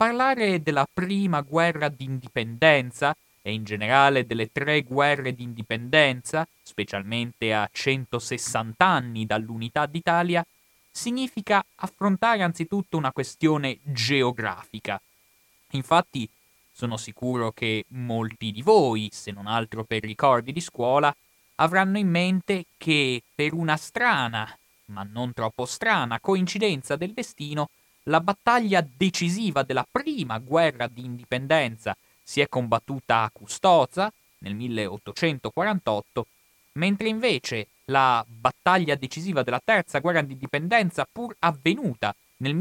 parlare della prima guerra d'indipendenza e in generale delle tre guerre d'indipendenza, specialmente a 160 anni dall'unità d'Italia, significa affrontare anzitutto una questione geografica. Infatti, sono sicuro che molti di voi, se non altro per ricordi di scuola, avranno in mente che per una strana, ma non troppo strana, coincidenza del destino, la battaglia decisiva della prima guerra di indipendenza si è combattuta a Custoza nel 1848, mentre invece la battaglia decisiva della terza guerra di indipendenza, pur avvenuta nel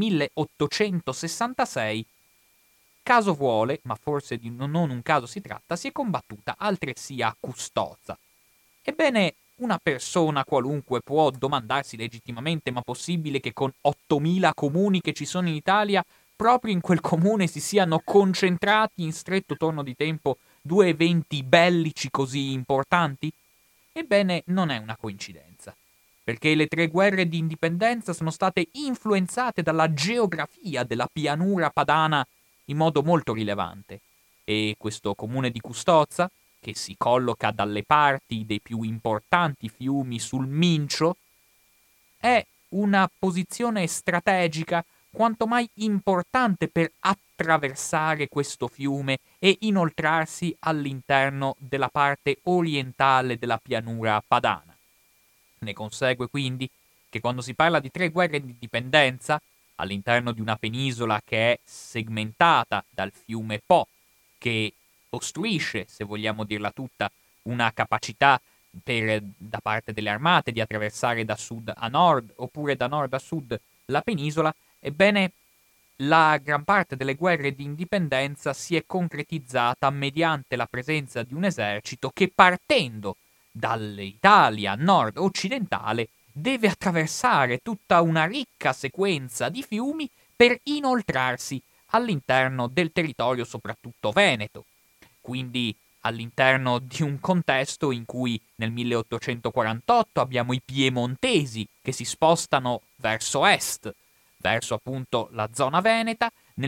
1866, caso vuole, ma forse di non un caso si tratta, si è combattuta altresì a Custoza. Ebbene, una persona qualunque può domandarsi legittimamente: ma possibile che con 8.000 comuni che ci sono in Italia, proprio in quel comune si siano concentrati in stretto torno di tempo due eventi bellici così importanti? Ebbene, non è una coincidenza, perché le tre guerre di indipendenza sono state influenzate dalla geografia della pianura padana in modo molto rilevante. E questo comune di Custozza, che si colloca dalle parti dei più importanti fiumi sul Mincio, è una posizione strategica quanto mai importante per attraversare questo fiume e inoltrarsi all'interno della parte orientale della pianura padana. Ne consegue quindi che quando si parla di tre guerre di indipendenza, all'interno di una penisola che è segmentata dal fiume Po, che ostruisce, se vogliamo dirla tutta, una capacità da parte delle armate di attraversare da sud a nord oppure da nord a sud la penisola, ebbene la gran parte delle guerre di indipendenza si è concretizzata mediante la presenza di un esercito che, partendo dall'Italia nord-occidentale, deve attraversare tutta una ricca sequenza di fiumi per inoltrarsi all'interno del territorio soprattutto veneto. Quindi all'interno di un contesto in cui nel 1848 abbiamo i piemontesi che si spostano verso est, verso appunto la zona veneta. Nel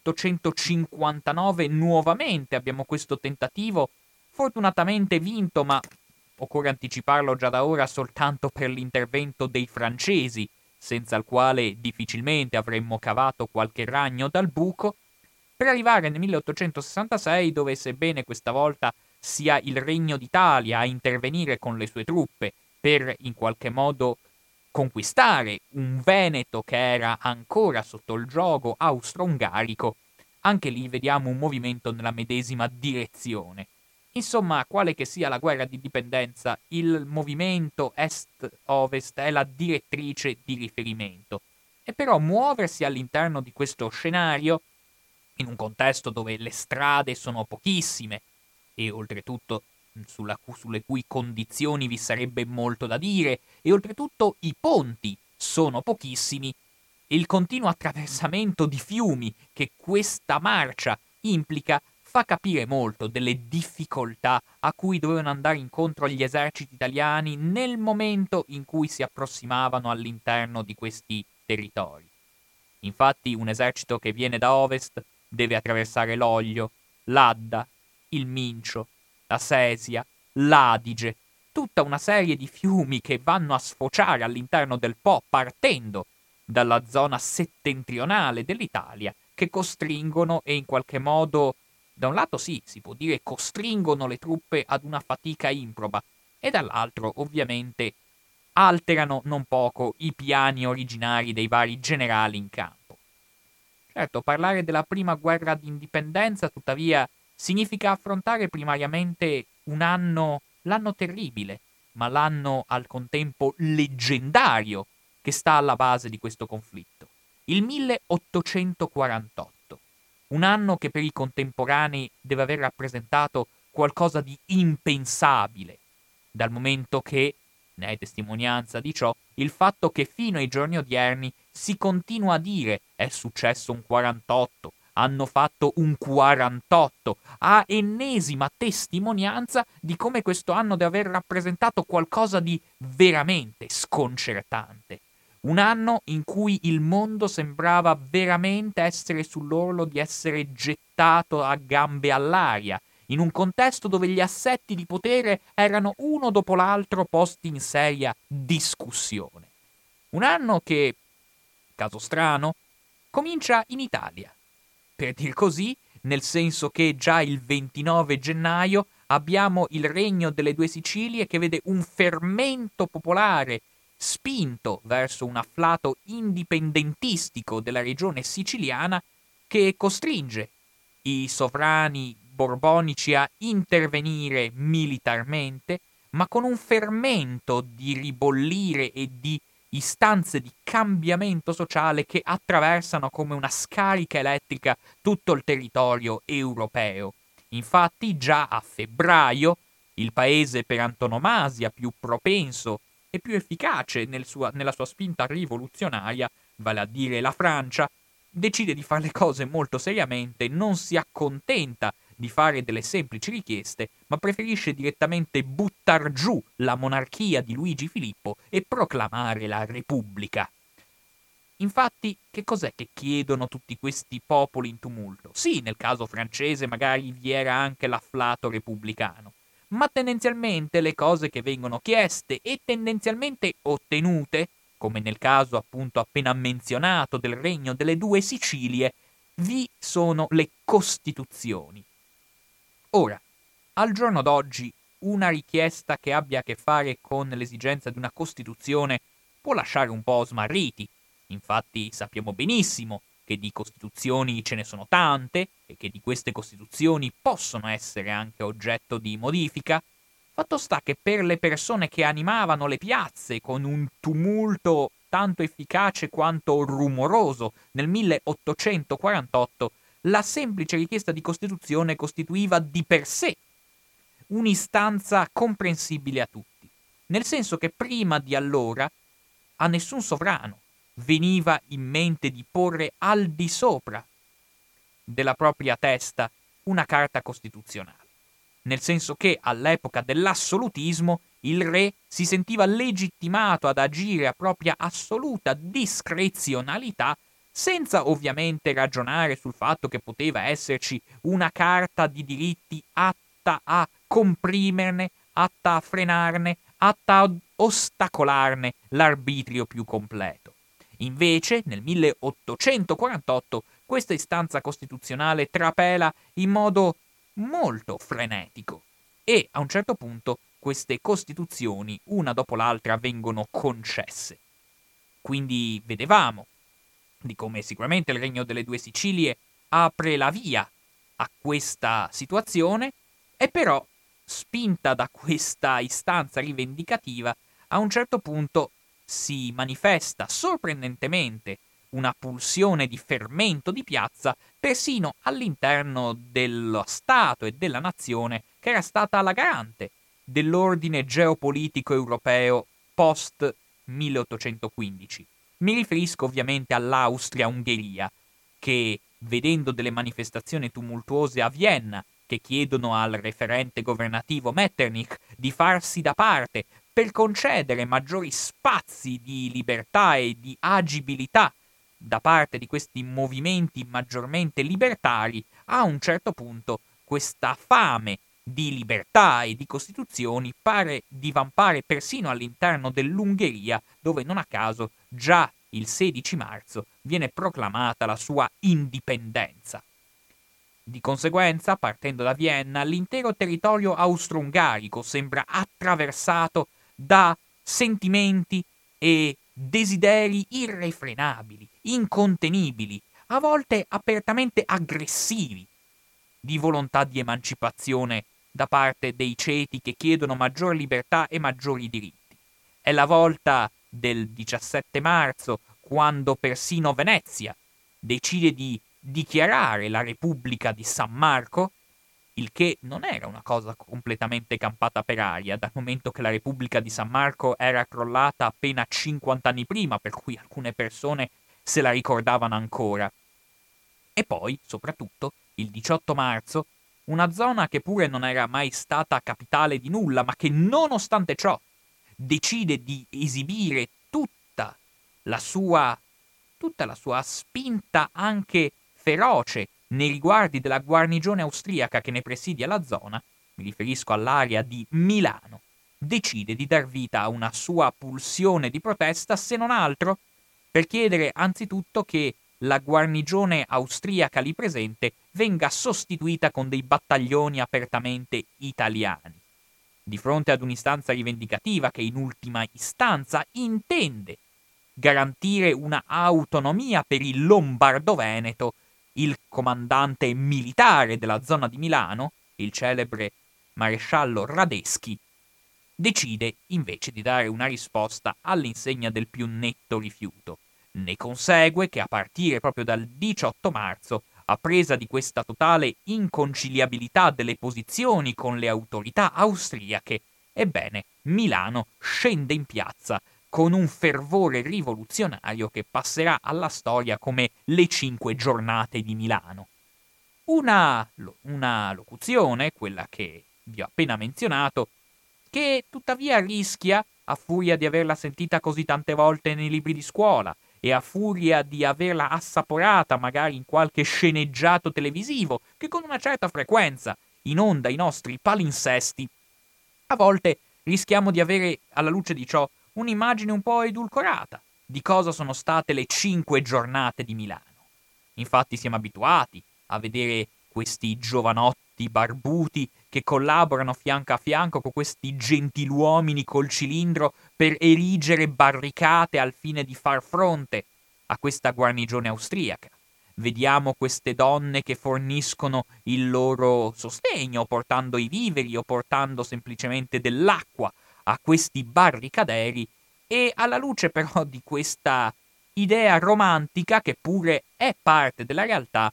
1859 nuovamente abbiamo questo tentativo, fortunatamente vinto, ma occorre anticiparlo già da ora, soltanto per l'intervento dei francesi, senza il quale difficilmente avremmo cavato qualche ragno dal buco, per arrivare nel 1866 dove, sebbene questa volta sia il Regno d'Italia a intervenire con le sue truppe per in qualche modo conquistare un Veneto che era ancora sotto il giogo austro-ungarico, anche lì vediamo un movimento nella medesima direzione. Insomma, quale che sia la guerra di indipendenza, il movimento est-ovest è la direttrice di riferimento. E però muoversi all'interno di questo scenario, in un contesto dove le strade sono pochissime e oltretutto sulle cui condizioni vi sarebbe molto da dire, e oltretutto i ponti sono pochissimi, il continuo attraversamento di fiumi che questa marcia implica fa capire molto delle difficoltà a cui dovevano andare incontro gli eserciti italiani nel momento in cui si approssimavano all'interno di questi territori. Infatti un esercito che viene da ovest deve attraversare l'Oglio, l'Adda, il Mincio, la Sesia, l'Adige, tutta una serie di fiumi che vanno a sfociare all'interno del Po partendo dalla zona settentrionale dell'Italia, che costringono e in qualche modo, da un lato sì, si può dire costringono le truppe ad una fatica improba, e dall'altro ovviamente alterano non poco i piani originari dei vari generali in campo. Certo, parlare della prima guerra d'indipendenza, tuttavia, significa affrontare primariamente l'anno terribile, ma l'anno al contempo leggendario che sta alla base di questo conflitto. Il 1848, un anno che per i contemporanei deve aver rappresentato qualcosa di impensabile, dal momento che, ne è testimonianza di ciò, il fatto che fino ai giorni odierni si continua a dire è successo un 48, hanno fatto un 48, a ennesima testimonianza di come questo anno deve aver rappresentato qualcosa di veramente sconcertante. Un anno in cui il mondo sembrava veramente essere sull'orlo di essere gettato a gambe all'aria, in un contesto dove gli assetti di potere erano uno dopo l'altro posti in seria discussione. Un anno che, caso strano, comincia in Italia. Per dir così, nel senso che già il 29 gennaio abbiamo il Regno delle Due Sicilie che vede un fermento popolare spinto verso un afflato indipendentistico della regione siciliana che costringe i sovrani borbonici a intervenire militarmente, ma con un fermento di ribollire e di istanze di cambiamento sociale che attraversano come una scarica elettrica tutto il territorio europeo. Infatti, già a febbraio, il paese per antonomasia più propenso e più efficace nella sua spinta rivoluzionaria, vale a dire la Francia, decide di fare le cose molto seriamente, non si accontenta di fare delle semplici richieste, ma preferisce direttamente buttar giù la monarchia di Luigi Filippo e proclamare la Repubblica. Infatti, che cos'è che chiedono tutti questi popoli in tumulto? Sì, nel caso francese magari vi era anche l'afflato repubblicano, ma tendenzialmente le cose che vengono chieste e tendenzialmente ottenute, come nel caso appunto appena menzionato del Regno delle Due Sicilie, vi sono le costituzioni. Ora, al giorno d'oggi, una richiesta che abbia a che fare con l'esigenza di una Costituzione può lasciare un po' smarriti. Infatti sappiamo benissimo che di Costituzioni ce ne sono tante e che di queste Costituzioni possono essere anche oggetto di modifica. Fatto sta che per le persone che animavano le piazze con un tumulto tanto efficace quanto rumoroso nel 1848, la semplice richiesta di Costituzione costituiva di per sé un'istanza comprensibile a tutti, nel senso che prima di allora a nessun sovrano veniva in mente di porre al di sopra della propria testa una carta costituzionale, nel senso che all'epoca dell'assolutismo il re si sentiva legittimato ad agire a propria assoluta discrezionalità senza ovviamente ragionare sul fatto che poteva esserci una carta di diritti atta a comprimerne, atta a frenarne, atta a ostacolarne l'arbitrio più completo. Invece, nel 1848, questa istanza costituzionale trapela in modo molto frenetico e a un certo punto queste costituzioni, una dopo l'altra, vengono concesse. Quindi vedevamo di come sicuramente il Regno delle Due Sicilie apre la via a questa situazione e però, spinta da questa istanza rivendicativa, a un certo punto si manifesta sorprendentemente una pulsione di fermento di piazza persino all'interno dello Stato e della nazione che era stata la garante dell'ordine geopolitico europeo post 1815. Mi riferisco ovviamente all'Austria-Ungheria, che, vedendo delle manifestazioni tumultuose a Vienna che chiedono al referente governativo Metternich di farsi da parte per concedere maggiori spazi di libertà e di agibilità da parte di questi movimenti maggiormente libertari, a un certo punto questa fame di libertà e di costituzioni pare divampare persino all'interno dell'Ungheria, dove non a caso già il 16 marzo viene proclamata la sua indipendenza. Di conseguenza, partendo da Vienna, l'intero territorio austro-ungarico sembra attraversato da sentimenti e desideri irrefrenabili, incontenibili, a volte apertamente aggressivi, di volontà di emancipazione da parte dei ceti che chiedono maggior libertà e maggiori diritti. È la volta del 17 marzo, quando persino Venezia decide di dichiarare la Repubblica di San Marco, il che non era una cosa completamente campata per aria, dal momento che la Repubblica di San Marco era crollata appena 50 anni prima, per cui alcune persone se la ricordavano ancora. E poi, soprattutto, il 18 marzo, una zona che pure non era mai stata capitale di nulla, ma che nonostante ciò decide di esibire tutta tutta la sua spinta anche feroce nei riguardi della guarnigione austriaca che ne presidia la zona, mi riferisco all'area di Milano, decide di dar vita a una sua pulsione di protesta, se non altro per chiedere anzitutto che la guarnigione austriaca lì presente venga sostituita con dei battaglioni apertamente italiani. Di fronte ad un'istanza rivendicativa che in ultima istanza intende garantire una autonomia per il Lombardo-Veneto, il comandante militare della zona di Milano, il celebre maresciallo Radeschi, decide invece di dare una risposta all'insegna del più netto rifiuto. Ne consegue che a partire proprio dal 18 marzo, a presa di questa totale inconciliabilità delle posizioni con le autorità austriache, ebbene, Milano scende in piazza con un fervore rivoluzionario che passerà alla storia come le 5 giornate di Milano. Una locuzione, quella che vi ho appena menzionato, che tuttavia rischia, a furia di averla sentita così tante volte nei libri di scuola e a furia di averla assaporata magari in qualche sceneggiato televisivo che con una certa frequenza inonda i nostri palinsesti, a volte rischiamo di avere, alla luce di ciò, un'immagine un po' edulcorata di cosa sono state le 5 giornate di Milano. Infatti siamo abituati a vedere questi giovanotti barbuti che collaborano fianco a fianco con questi gentiluomini col cilindro per erigere barricate al fine di far fronte a questa guarnigione austriaca. Vediamo queste donne che forniscono il loro sostegno, portando i viveri o portando semplicemente dell'acqua a questi barricaderi, e alla luce però di questa idea romantica, che pure è parte della realtà,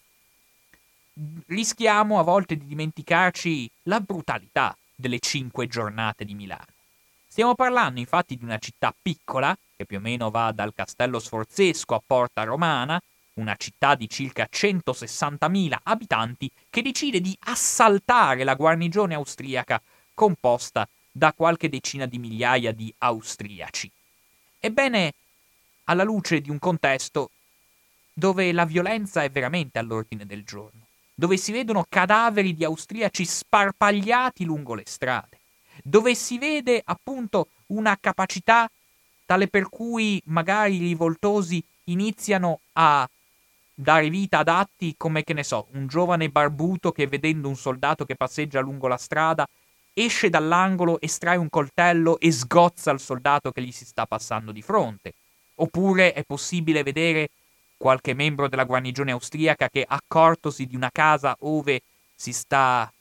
rischiamo a volte di dimenticarci la brutalità delle 5 giornate di Milano. Stiamo parlando infatti di una città piccola, che più o meno va dal Castello Sforzesco a Porta Romana, una città di circa 160.000 abitanti, che decide di assaltare la guarnigione austriaca composta da qualche decina di migliaia di austriaci. Ebbene, alla luce di un contesto dove la violenza è veramente all'ordine del giorno, dove si vedono cadaveri di austriaci sparpagliati lungo le strade, dove si vede appunto una capacità tale per cui magari i rivoltosi iniziano a dare vita ad atti come, che ne so, un giovane barbuto che, vedendo un soldato che passeggia lungo la strada, esce dall'angolo, estrae un coltello e sgozza il soldato che gli si sta passando di fronte. Oppure è possibile vedere qualche membro della guarnigione austriaca che, accortosi di una casa ove si sta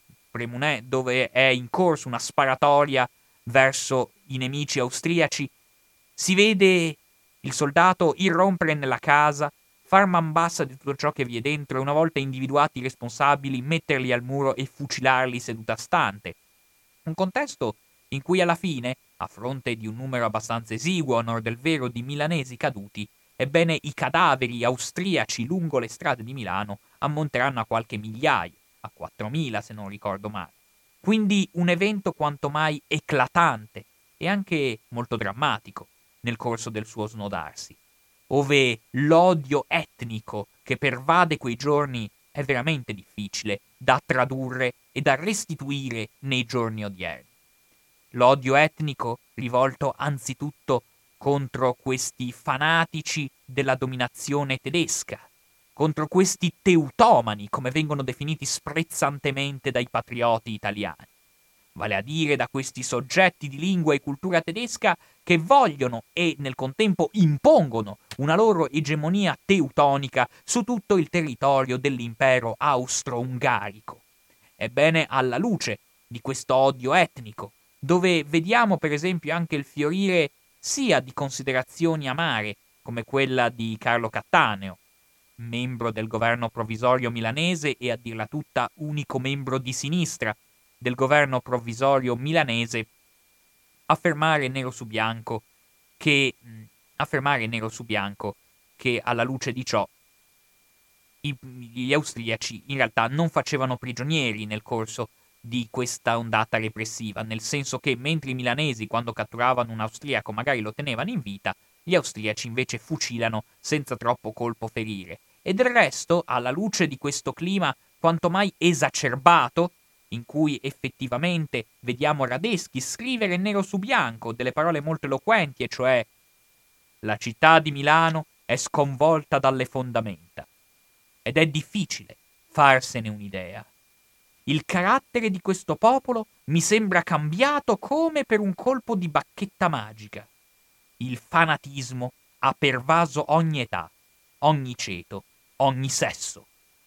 dove è in corso una sparatoria verso i nemici austriaci, si vede il soldato irrompere nella casa, far man bassa di tutto ciò che vi è dentro e, una volta individuati i responsabili, metterli al muro e fucilarli seduta stante. Un contesto in cui alla fine, a fronte di un numero abbastanza esiguo, a onor del vero, di milanesi caduti, ebbene i cadaveri austriaci lungo le strade di Milano ammonteranno a qualche migliaio, a 4.000 se non ricordo male. Quindi un evento quanto mai eclatante e anche molto drammatico nel corso del suo snodarsi, ove l'odio etnico che pervade quei giorni è veramente difficile da tradurre e da restituire nei giorni odierni. L'odio etnico rivolto anzitutto contro questi fanatici della dominazione tedesca, contro questi teutomani, come vengono definiti sprezzantemente dai patrioti italiani, vale a dire da questi soggetti di lingua e cultura tedesca che vogliono e nel contempo impongono una loro egemonia teutonica su tutto il territorio dell'impero austro-ungarico. Ebbene, alla luce di questo odio etnico, dove vediamo per esempio anche il fiorire sia di considerazioni amare, come quella di Carlo Cattaneo, membro del governo provvisorio milanese e a dirla tutta unico membro di sinistra del governo provvisorio milanese, affermare nero su bianco che alla luce di ciò gli austriaci in realtà non facevano prigionieri nel corso di questa ondata repressiva, nel senso che mentre i milanesi, quando catturavano un austriaco, magari lo tenevano in vita, Gli austriaci invece fucilano senza troppo colpo ferire. E del resto, alla luce di questo clima quanto mai esacerbato, in cui effettivamente vediamo Radetzky scrivere nero su bianco delle parole molto eloquenti, e cioè la città di Milano è sconvolta dalle fondamenta. Ed è difficile farsene un'idea. Il carattere di questo popolo mi sembra cambiato come per un colpo di bacchetta magica. Il fanatismo ha pervaso ogni età, ogni ceto, ogni sesso.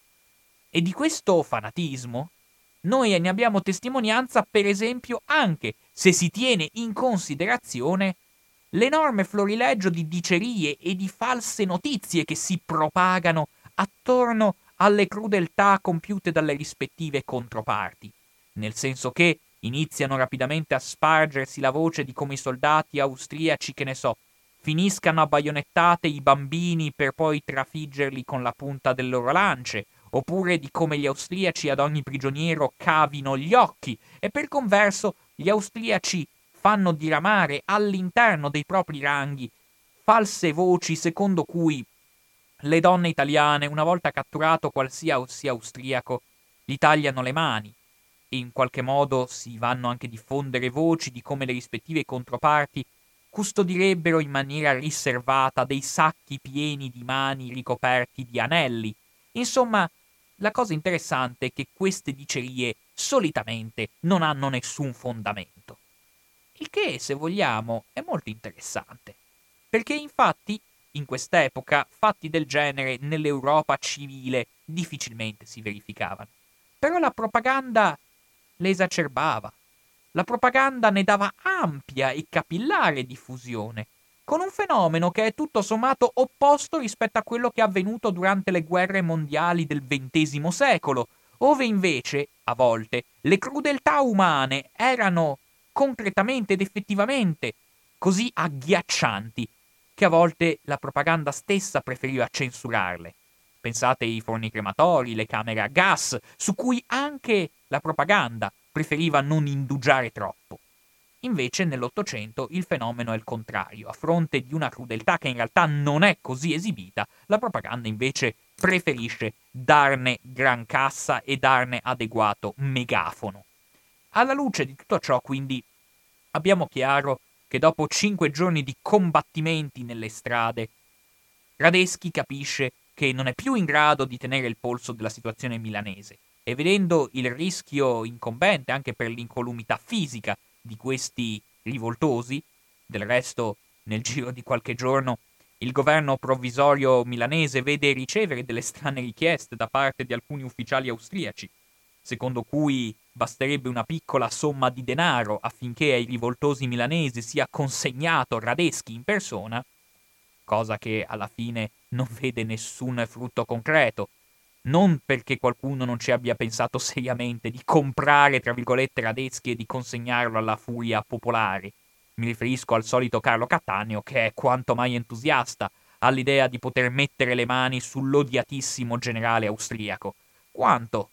E di questo fanatismo noi ne abbiamo testimonianza, per esempio, anche se si tiene in considerazione l'enorme florileggio di dicerie e di false notizie che si propagano attorno alle crudeltà compiute dalle rispettive controparti, nel senso che iniziano rapidamente a spargersi la voce di come i soldati austriaci, che ne so, finiscano a baionettate i bambini per poi trafiggerli con la punta delle loro lance, oppure di come gli austriaci ad ogni prigioniero cavino gli occhi, e per converso gli austriaci fanno diramare all'interno dei propri ranghi false voci secondo cui le donne italiane, una volta catturato qualsiasi austriaco, gli tagliano le mani, e in qualche modo si vanno anche a diffondere voci di come le rispettive controparti custodirebbero in maniera riservata dei sacchi pieni di mani ricoperti di anelli. Insomma, la cosa interessante è che queste dicerie solitamente non hanno nessun fondamento. Il che, se vogliamo, è molto interessante, perché infatti in quest'epoca fatti del genere nell'Europa civile difficilmente si verificavano. Però la propaganda le esacerbava. La propaganda ne dava ampia e capillare diffusione, con un fenomeno che è tutto sommato opposto rispetto a quello che è avvenuto durante le guerre mondiali del XX secolo, ove invece, a volte, le crudeltà umane erano concretamente ed effettivamente così agghiaccianti che a volte la propaganda stessa preferiva censurarle. Pensate ai forni crematori, le camere a gas, su cui anche la propaganda preferiva non indugiare troppo. Invece nell'Ottocento il fenomeno è il contrario. A fronte di una crudeltà che in realtà non è così esibita, la propaganda invece preferisce darne gran cassa e darne adeguato megafono. Alla luce di tutto ciò, quindi, abbiamo chiaro che dopo 5 giorni di combattimenti nelle strade, Radetzky capisce che non è più in grado di tenere il polso della situazione milanese e vedendo il rischio incombente anche per l'incolumità fisica di questi rivoltosi, del resto nel giro di qualche giorno il governo provvisorio milanese vede ricevere delle strane richieste da parte di alcuni ufficiali austriaci, secondo cui basterebbe una piccola somma di denaro affinché ai rivoltosi milanesi sia consegnato Radetzky in persona, cosa che alla fine non vede nessun frutto concreto, non perché qualcuno non ci abbia pensato seriamente di comprare, tra virgolette, Radetzky e di consegnarlo alla furia popolare. Mi riferisco al solito Carlo Cattaneo, che è quanto mai entusiasta all'idea di poter mettere le mani sull'odiatissimo generale austriaco, quanto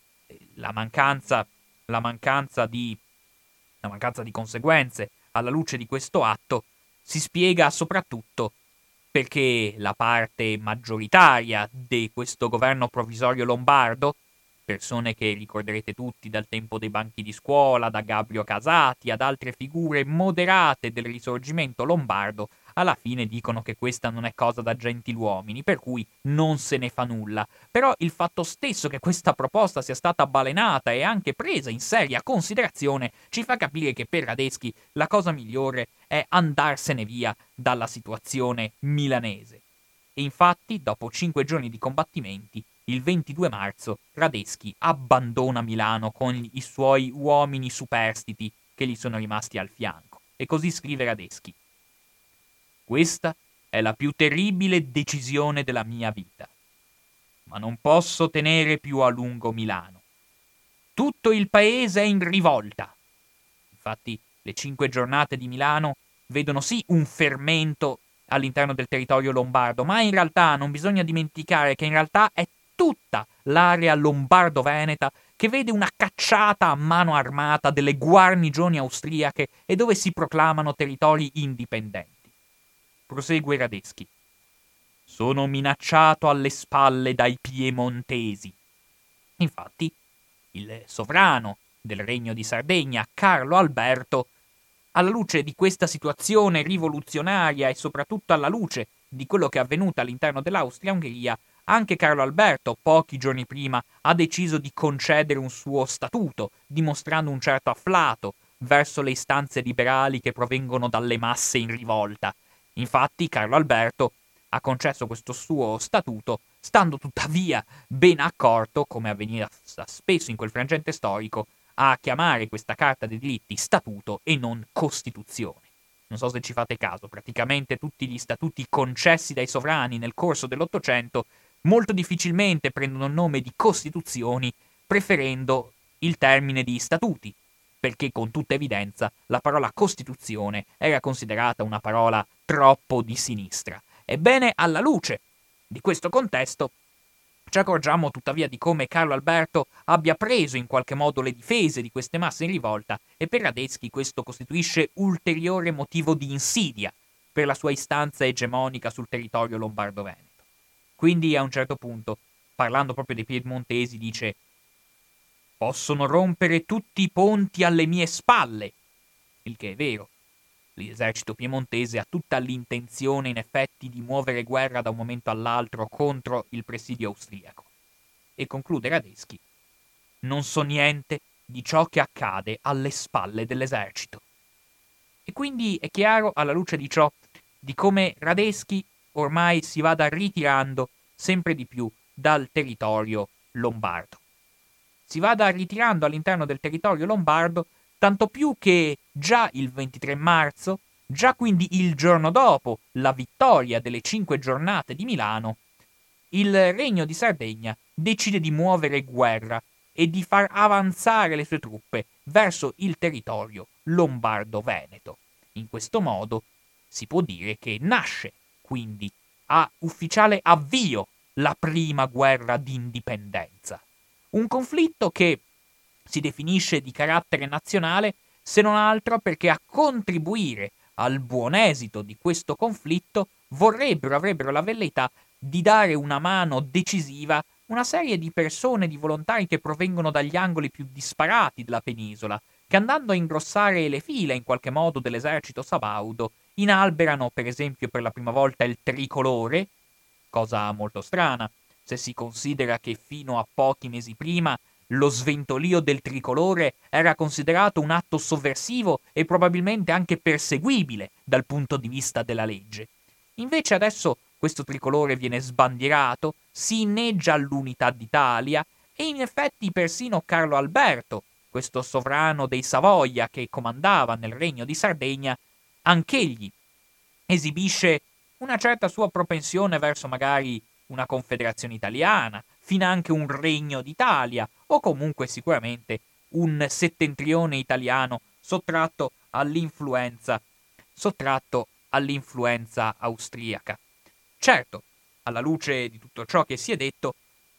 la mancanza, la mancanza di, la mancanza di conseguenze alla luce di questo atto si spiega soprattutto perché la parte maggioritaria di questo governo provvisorio lombardo, persone che ricorderete tutti dal tempo dei banchi di scuola, da Gabbio Casati ad altre figure moderate del risorgimento lombardo, alla fine dicono che questa non è cosa da gentiluomini, per cui non se ne fa nulla. Però il fatto stesso che questa proposta sia stata balenata e anche presa in seria considerazione ci fa capire che per Radetzky la cosa migliore è andarsene via dalla situazione milanese. E infatti, dopo 5 giorni di combattimenti, il 22 marzo Radetzky abbandona Milano con i suoi uomini superstiti che gli sono rimasti al fianco. E così scrive Radetzky: questa è la più terribile decisione della mia vita, ma non posso tenere più a lungo Milano. Tutto il paese è in rivolta. Infatti, le 5 giornate di Milano vedono sì un fermento all'interno del territorio lombardo, ma in realtà non bisogna dimenticare che in realtà è tutta l'area lombardo-veneta che vede una cacciata a mano armata delle guarnigioni austriache e dove si proclamano territori indipendenti. prosegue Radetzky. Sono minacciato alle spalle dai piemontesi. Infatti, il sovrano del Regno di Sardegna, Carlo Alberto, alla luce di questa situazione rivoluzionaria e soprattutto alla luce di quello che è avvenuto all'interno dell'Austria-Ungheria, anche Carlo Alberto, pochi giorni prima, ha deciso di concedere un suo statuto, dimostrando un certo afflato verso le istanze liberali che provengono dalle masse in rivolta. Infatti, Carlo Alberto ha concesso questo suo statuto, stando tuttavia ben accorto, come avveniva spesso in quel frangente storico, a chiamare questa Carta dei diritti statuto e non Costituzione. Non so se ci fate caso, praticamente tutti gli statuti concessi dai sovrani nel corso dell'Ottocento molto difficilmente prendono il nome di Costituzioni, preferendo il termine di statuti, perché con tutta evidenza la parola Costituzione era considerata una parola troppo di sinistra. Ebbene, alla luce di questo contesto, ci accorgiamo tuttavia di come Carlo Alberto abbia preso in qualche modo le difese di queste masse in rivolta e per Radetzky questo costituisce ulteriore motivo di insidia per la sua istanza egemonica sul territorio lombardo-veneto. Quindi a un certo punto, parlando proprio dei piemontesi, dice: possono rompere tutti i ponti alle mie spalle, il che è vero. L'esercito piemontese ha tutta l'intenzione, in effetti, di muovere guerra da un momento all'altro contro il presidio austriaco. E conclude Radetzky: non so niente di ciò che accade alle spalle dell'esercito. E quindi è chiaro, alla luce di ciò, di come Radetzky ormai si vada ritirando sempre di più dal territorio lombardo. Si vada ritirando all'interno del territorio lombardo, tanto più che già il 23 marzo, già quindi il giorno dopo la vittoria delle 5 giornate di Milano, il Regno di Sardegna decide di muovere guerra e di far avanzare le sue truppe verso il territorio lombardo-veneto. In questo modo si può dire che nasce, quindi, a ufficiale avvio la prima guerra d'indipendenza. Un conflitto che si definisce di carattere nazionale se non altro perché a contribuire al buon esito di questo conflitto avrebbero la velleità di dare una mano decisiva una serie di persone, di volontari che provengono dagli angoli più disparati della penisola, che andando a ingrossare le file in qualche modo dell'esercito sabaudo, inalberano per esempio per la prima volta il tricolore, cosa molto strana, se si considera che fino a pochi mesi prima lo sventolio del tricolore era considerato un atto sovversivo e probabilmente anche perseguibile dal punto di vista della legge. Invece adesso questo tricolore viene sbandierato, si inneggia all'unità d'Italia e in effetti persino Carlo Alberto, questo sovrano dei Savoia che comandava nel Regno di Sardegna, anch'egli esibisce una certa sua propensione verso magari una confederazione italiana, finanche un Regno d'Italia o comunque sicuramente un settentrione italiano sottratto all'influenza austriaca. Certo, alla luce di tutto ciò che si è detto,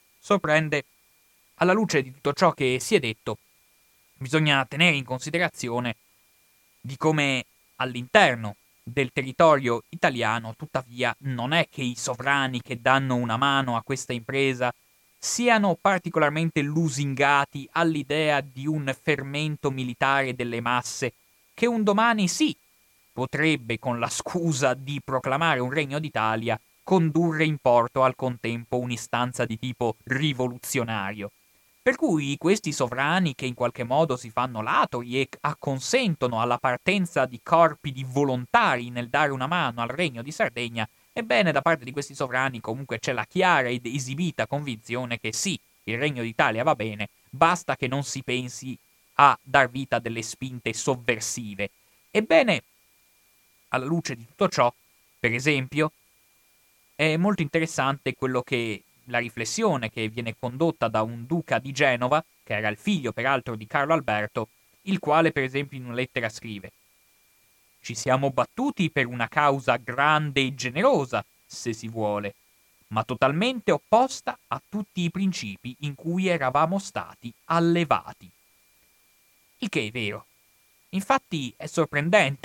bisogna tenere in considerazione di come all'interno del territorio italiano, tuttavia, non è che i sovrani che danno una mano a questa impresa siano particolarmente lusingati all'idea di un fermento militare delle masse che un domani sì potrebbe, con la scusa di proclamare un regno d'Italia, condurre in porto al contempo un'istanza di tipo rivoluzionario. Per cui questi sovrani che in qualche modo si fanno latori e acconsentono alla partenza di corpi di volontari nel dare una mano al Regno di Sardegna, ebbene da parte di questi sovrani comunque c'è la chiara ed esibita convinzione che sì, il Regno d'Italia va bene, basta che non si pensi a dar vita a delle spinte sovversive. Ebbene, alla luce di tutto ciò, per esempio, è molto interessante la riflessione che viene condotta da un duca di Genova, che era il figlio peraltro di Carlo Alberto, il quale per esempio in una lettera scrive: ci siamo battuti per una causa grande e generosa, se si vuole, ma totalmente opposta a tutti i principi in cui eravamo stati allevati. Il che è vero. Infatti è sorprendente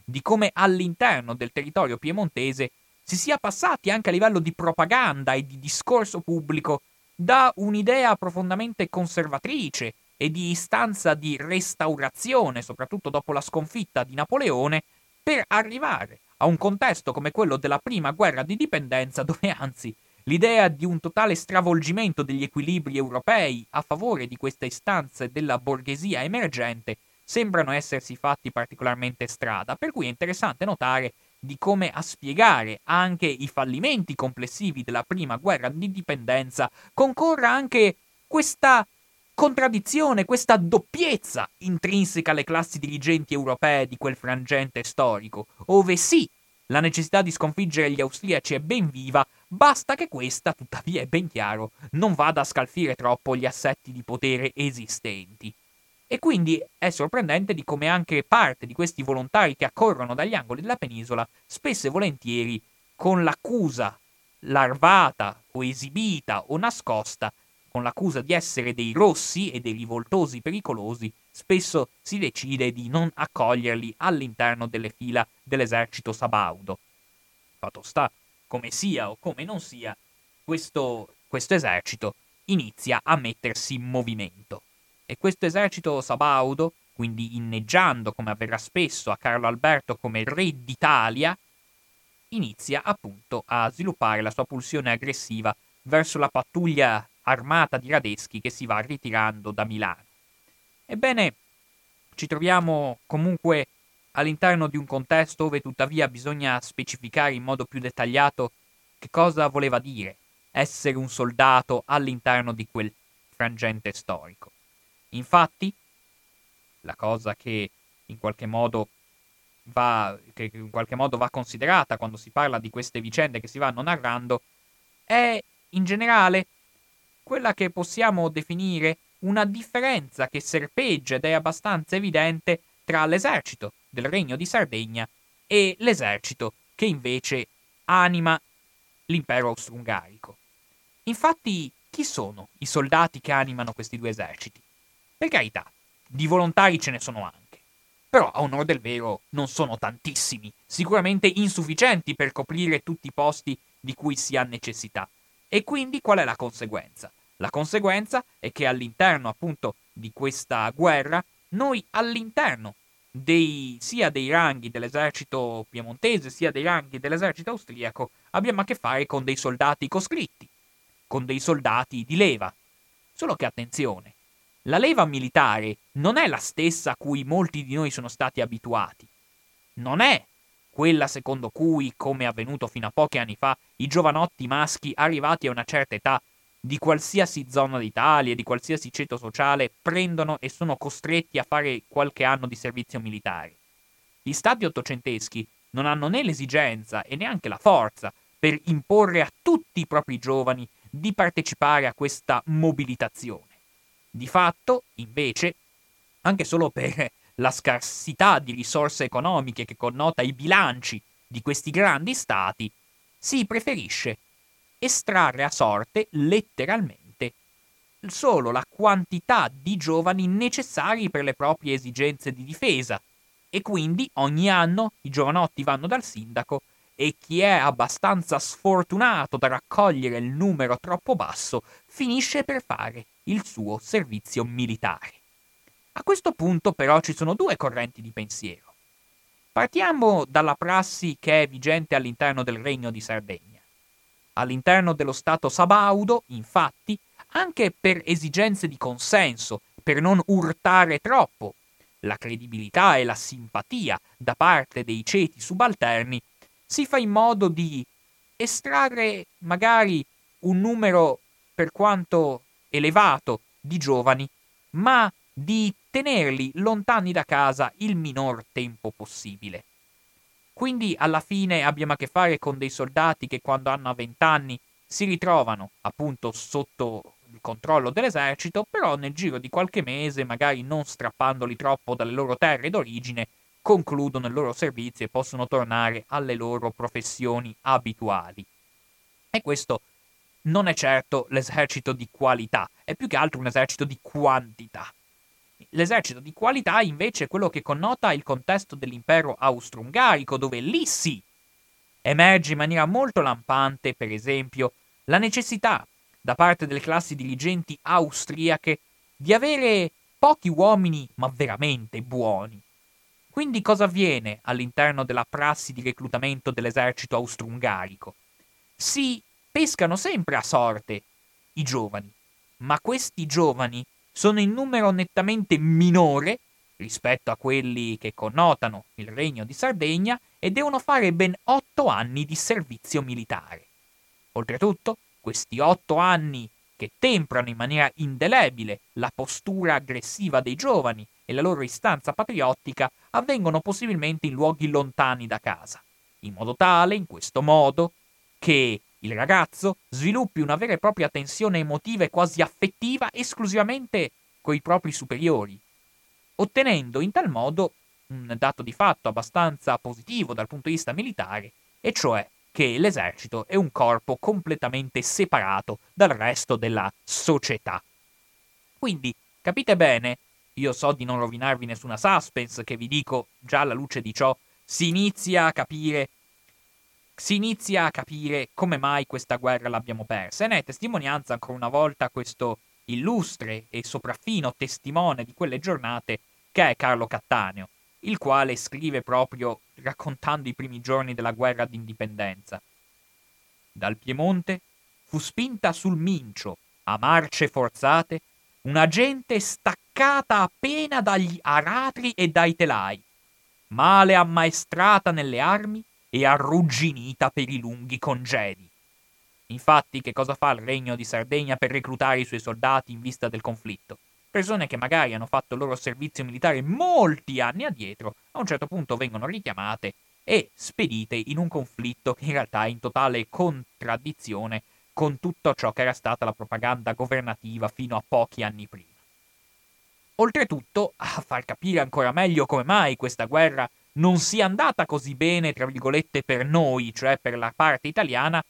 di come all'interno del territorio piemontese si sia passati anche a livello di propaganda e di discorso pubblico da un'idea profondamente conservatrice e di istanza di restaurazione, soprattutto dopo la sconfitta di Napoleone, per arrivare a un contesto come quello della prima guerra di dipendenza, dove anzi l'idea di un totale stravolgimento degli equilibri europei a favore di queste istanze della borghesia emergente sembrano essersi fatti particolarmente strada, per cui è interessante notare di come a spiegare anche i fallimenti complessivi della prima guerra di dipendenza concorra anche questa contraddizione, questa doppiezza intrinseca alle classi dirigenti europee di quel frangente storico, ove sì, la necessità di sconfiggere gli austriaci è ben viva, basta che questa, tuttavia è ben chiaro, non vada a scalfire troppo gli assetti di potere esistenti. E quindi è sorprendente di come anche parte di questi volontari che accorrono dagli angoli della penisola, spesso e volentieri, con l'accusa larvata o esibita o nascosta, con l'accusa di essere dei rossi e dei rivoltosi pericolosi, spesso si decide di non accoglierli all'interno delle fila dell'esercito sabaudo. Fatto sta, come sia o come non sia, questo esercito inizia a mettersi in movimento. E questo esercito sabaudo, quindi inneggiando, come avverrà spesso, a Carlo Alberto come re d'Italia, inizia appunto a sviluppare la sua pulsione aggressiva verso la pattuglia armata di Radeschi che si va ritirando da Milano. Ebbene, ci troviamo comunque all'interno di un contesto dove tuttavia bisogna specificare in modo più dettagliato che cosa voleva dire essere un soldato all'interno di quel frangente storico. Infatti, la cosa che in qualche modo va considerata quando si parla di queste vicende che si vanno narrando è in generale quella che possiamo definire una differenza che serpeggia ed è abbastanza evidente tra l'esercito del Regno di Sardegna e l'esercito che invece anima l'impero austro-ungarico. Infatti, chi sono i soldati che animano questi due eserciti? Per carità, di volontari ce ne sono anche, però a onor del vero non sono tantissimi, sicuramente insufficienti per coprire tutti i posti di cui si ha necessità. E quindi qual è la conseguenza? La conseguenza è che all'interno appunto di questa guerra, noi all'interno sia dei ranghi dell'esercito piemontese sia dei ranghi dell'esercito austriaco abbiamo a che fare con dei soldati coscritti, con dei soldati di leva. Solo che attenzione, la leva militare non è la stessa a cui molti di noi sono stati abituati. Non è quella secondo cui, come è avvenuto fino a pochi anni fa, i giovanotti maschi arrivati a una certa età di qualsiasi zona d'Italia, di qualsiasi ceto sociale, prendono e sono costretti a fare qualche anno di servizio militare. Gli stati ottocenteschi non hanno né l'esigenza e neanche la forza per imporre a tutti i propri giovani di partecipare a questa mobilitazione. Di fatto, invece, anche solo per la scarsità di risorse economiche che connota i bilanci di questi grandi stati, si preferisce estrarre a sorte, letteralmente, solo la quantità di giovani necessari per le proprie esigenze di difesa. E quindi ogni anno i giovanotti vanno dal sindaco e chi è abbastanza sfortunato da raccogliere il numero troppo basso finisce per fare il suo servizio militare. A questo punto però ci sono due correnti di pensiero. Partiamo dalla prassi che è vigente all'interno del Regno di Sardegna. All'interno dello Stato sabaudo, infatti, anche per esigenze di consenso, per non urtare troppo la credibilità e la simpatia da parte dei ceti subalterni, si fa in modo di estrarre magari un numero per quanto elevato di giovani, ma di tenerli lontani da casa il minor tempo possibile. Quindi alla fine abbiamo a che fare con dei soldati che quando hanno 20 anni si ritrovano appunto sotto il controllo dell'esercito, però nel giro di qualche mese, magari non strappandoli troppo dalle loro terre d'origine, concludono il loro servizio e possono tornare alle loro professioni abituali. E questo non è certo l'esercito di qualità, è più che altro un esercito di quantità. L'esercito di qualità invece è quello che connota il contesto dell'impero austro-ungarico, dove lì sì emerge in maniera molto lampante, per esempio, la necessità da parte delle classi dirigenti austriache di avere pochi uomini ma veramente buoni. Quindi cosa avviene all'interno della prassi di reclutamento dell'esercito austro-ungarico? Si pescano sempre a sorte i giovani, ma questi giovani sono in numero nettamente minore rispetto a quelli che connotano il Regno di Sardegna e devono fare ben 8 anni di servizio militare. Oltretutto, questi 8 anni che temprano in maniera indelebile la postura aggressiva dei giovani e la loro istanza patriottica avvengono possibilmente in luoghi lontani da casa, in modo tale, in questo modo, che il ragazzo sviluppi una vera e propria tensione emotiva e quasi affettiva esclusivamente coi propri superiori, ottenendo in tal modo un dato di fatto abbastanza positivo dal punto di vista militare, e cioè che l'esercito è un corpo completamente separato dal resto della società. Quindi, capite bene, io so di non rovinarvi nessuna suspense, che vi dico già alla luce di ciò, si inizia a capire come mai questa guerra l'abbiamo persa. E ne è testimonianza ancora una volta questo illustre e sopraffino testimone di quelle giornate che è Carlo Cattaneo, il quale scrive proprio raccontando i primi giorni della guerra d'indipendenza. Dal Piemonte fu spinta sul Mincio, a marce forzate, una gente staccata appena dagli aratri e dai telai, male ammaestrata nelle armi e arrugginita per i lunghi congedi. Infatti, che cosa fa il Regno di Sardegna per reclutare i suoi soldati in vista del conflitto? Persone che magari hanno fatto il loro servizio militare molti anni addietro, a un certo punto vengono richiamate e spedite in un conflitto che in realtà è in totale contraddizione con tutto ciò che era stata la propaganda governativa fino a pochi anni prima. Oltretutto, a far capire ancora meglio come mai questa guerra non sia andata così bene, tra virgolette, per noi, cioè per la parte italiana,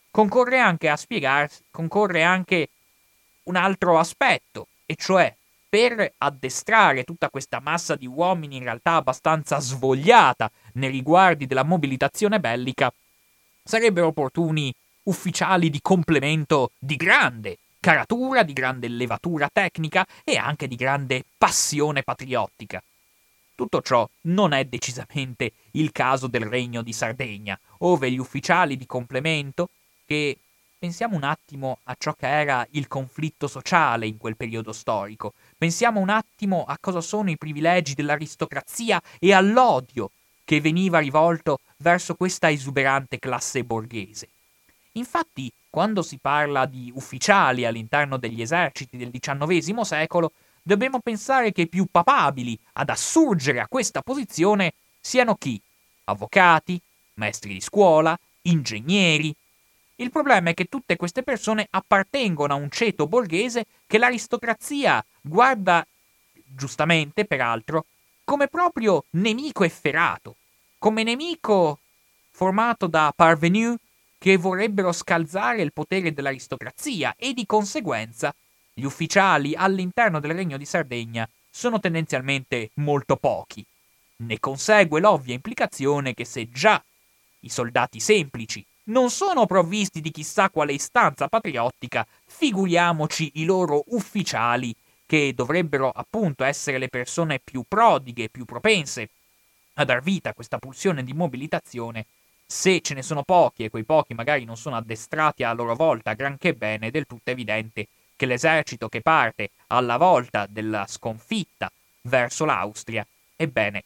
concorre anche un altro aspetto, e cioè per addestrare tutta questa massa di uomini in realtà abbastanza svogliata nei riguardi della mobilitazione bellica, sarebbero opportuni ufficiali di complemento di grande caratura, di grande levatura tecnica e anche di grande passione patriottica. Tutto ciò non è decisamente il caso del Regno di Sardegna, ove gli ufficiali di complemento, che pensiamo un attimo a ciò che era il conflitto sociale in quel periodo storico, pensiamo un attimo a cosa sono i privilegi dell'aristocrazia e all'odio che veniva rivolto verso questa esuberante classe borghese. Infatti, quando si parla di ufficiali all'interno degli eserciti del XIX secolo, dobbiamo pensare che i più papabili ad assurgere a questa posizione siano chi? Avvocati, maestri di scuola, ingegneri. Il problema è che tutte queste persone appartengono a un ceto borghese che l'aristocrazia guarda, giustamente peraltro, come proprio nemico efferato, come nemico formato da parvenu che vorrebbero scalzare il potere dell'aristocrazia, e di conseguenza gli ufficiali all'interno del Regno di Sardegna sono tendenzialmente molto pochi. Ne consegue l'ovvia implicazione che se già i soldati semplici non sono provvisti di chissà quale istanza patriottica, figuriamoci i loro ufficiali, che dovrebbero appunto essere le persone più prodighe, più propense a dar vita a questa pulsione di mobilitazione. Se ce ne sono pochi e quei pochi magari non sono addestrati a loro volta granché bene, è del tutto evidente che l'esercito che parte alla volta della sconfitta verso l'Austria, ebbene,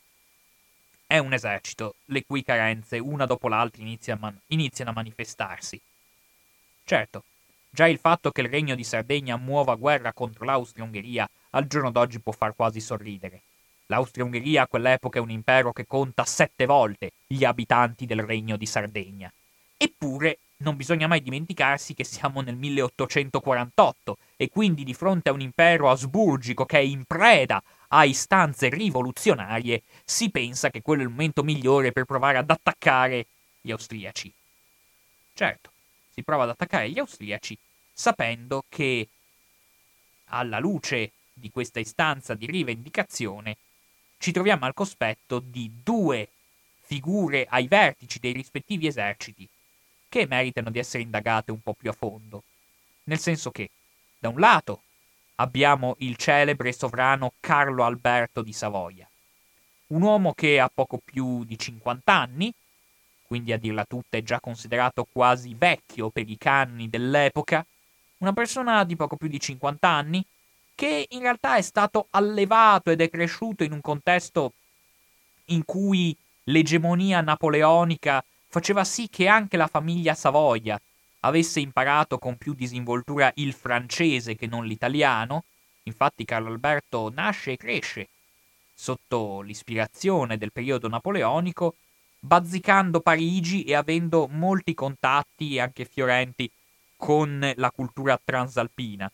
è un esercito le cui carenze una dopo l'altra iniziano a manifestarsi. Certo, già il fatto che il Regno di Sardegna muova guerra contro l'Austria-Ungheria al giorno d'oggi può far quasi sorridere. L'Austria-Ungheria a quell'epoca è un impero che conta 7 volte gli abitanti del Regno di Sardegna. Eppure non bisogna mai dimenticarsi che siamo nel 1848 e quindi di fronte a un impero asburgico che è in preda a istanze rivoluzionarie, si pensa che quello è il momento migliore per provare ad attaccare gli austriaci. Certo, si prova ad attaccare gli austriaci sapendo che alla luce di questa istanza di rivendicazione ci troviamo al cospetto di due figure ai vertici dei rispettivi eserciti che meritano di essere indagate un po' più a fondo. Nel senso che, da un lato, abbiamo il celebre sovrano Carlo Alberto di Savoia, un uomo che ha poco più di 50 anni, quindi a dirla tutta è già considerato quasi vecchio per i canoni dell'epoca, una persona di poco più di 50 anni che in realtà è stato allevato ed è cresciuto in un contesto in cui l'egemonia napoleonica faceva sì che anche la famiglia Savoia avesse imparato con più disinvoltura il francese che non l'italiano. Infatti Carlo Alberto nasce e cresce sotto l'ispirazione del periodo napoleonico, bazzicando Parigi e avendo molti contatti, anche fiorenti, con la cultura transalpina.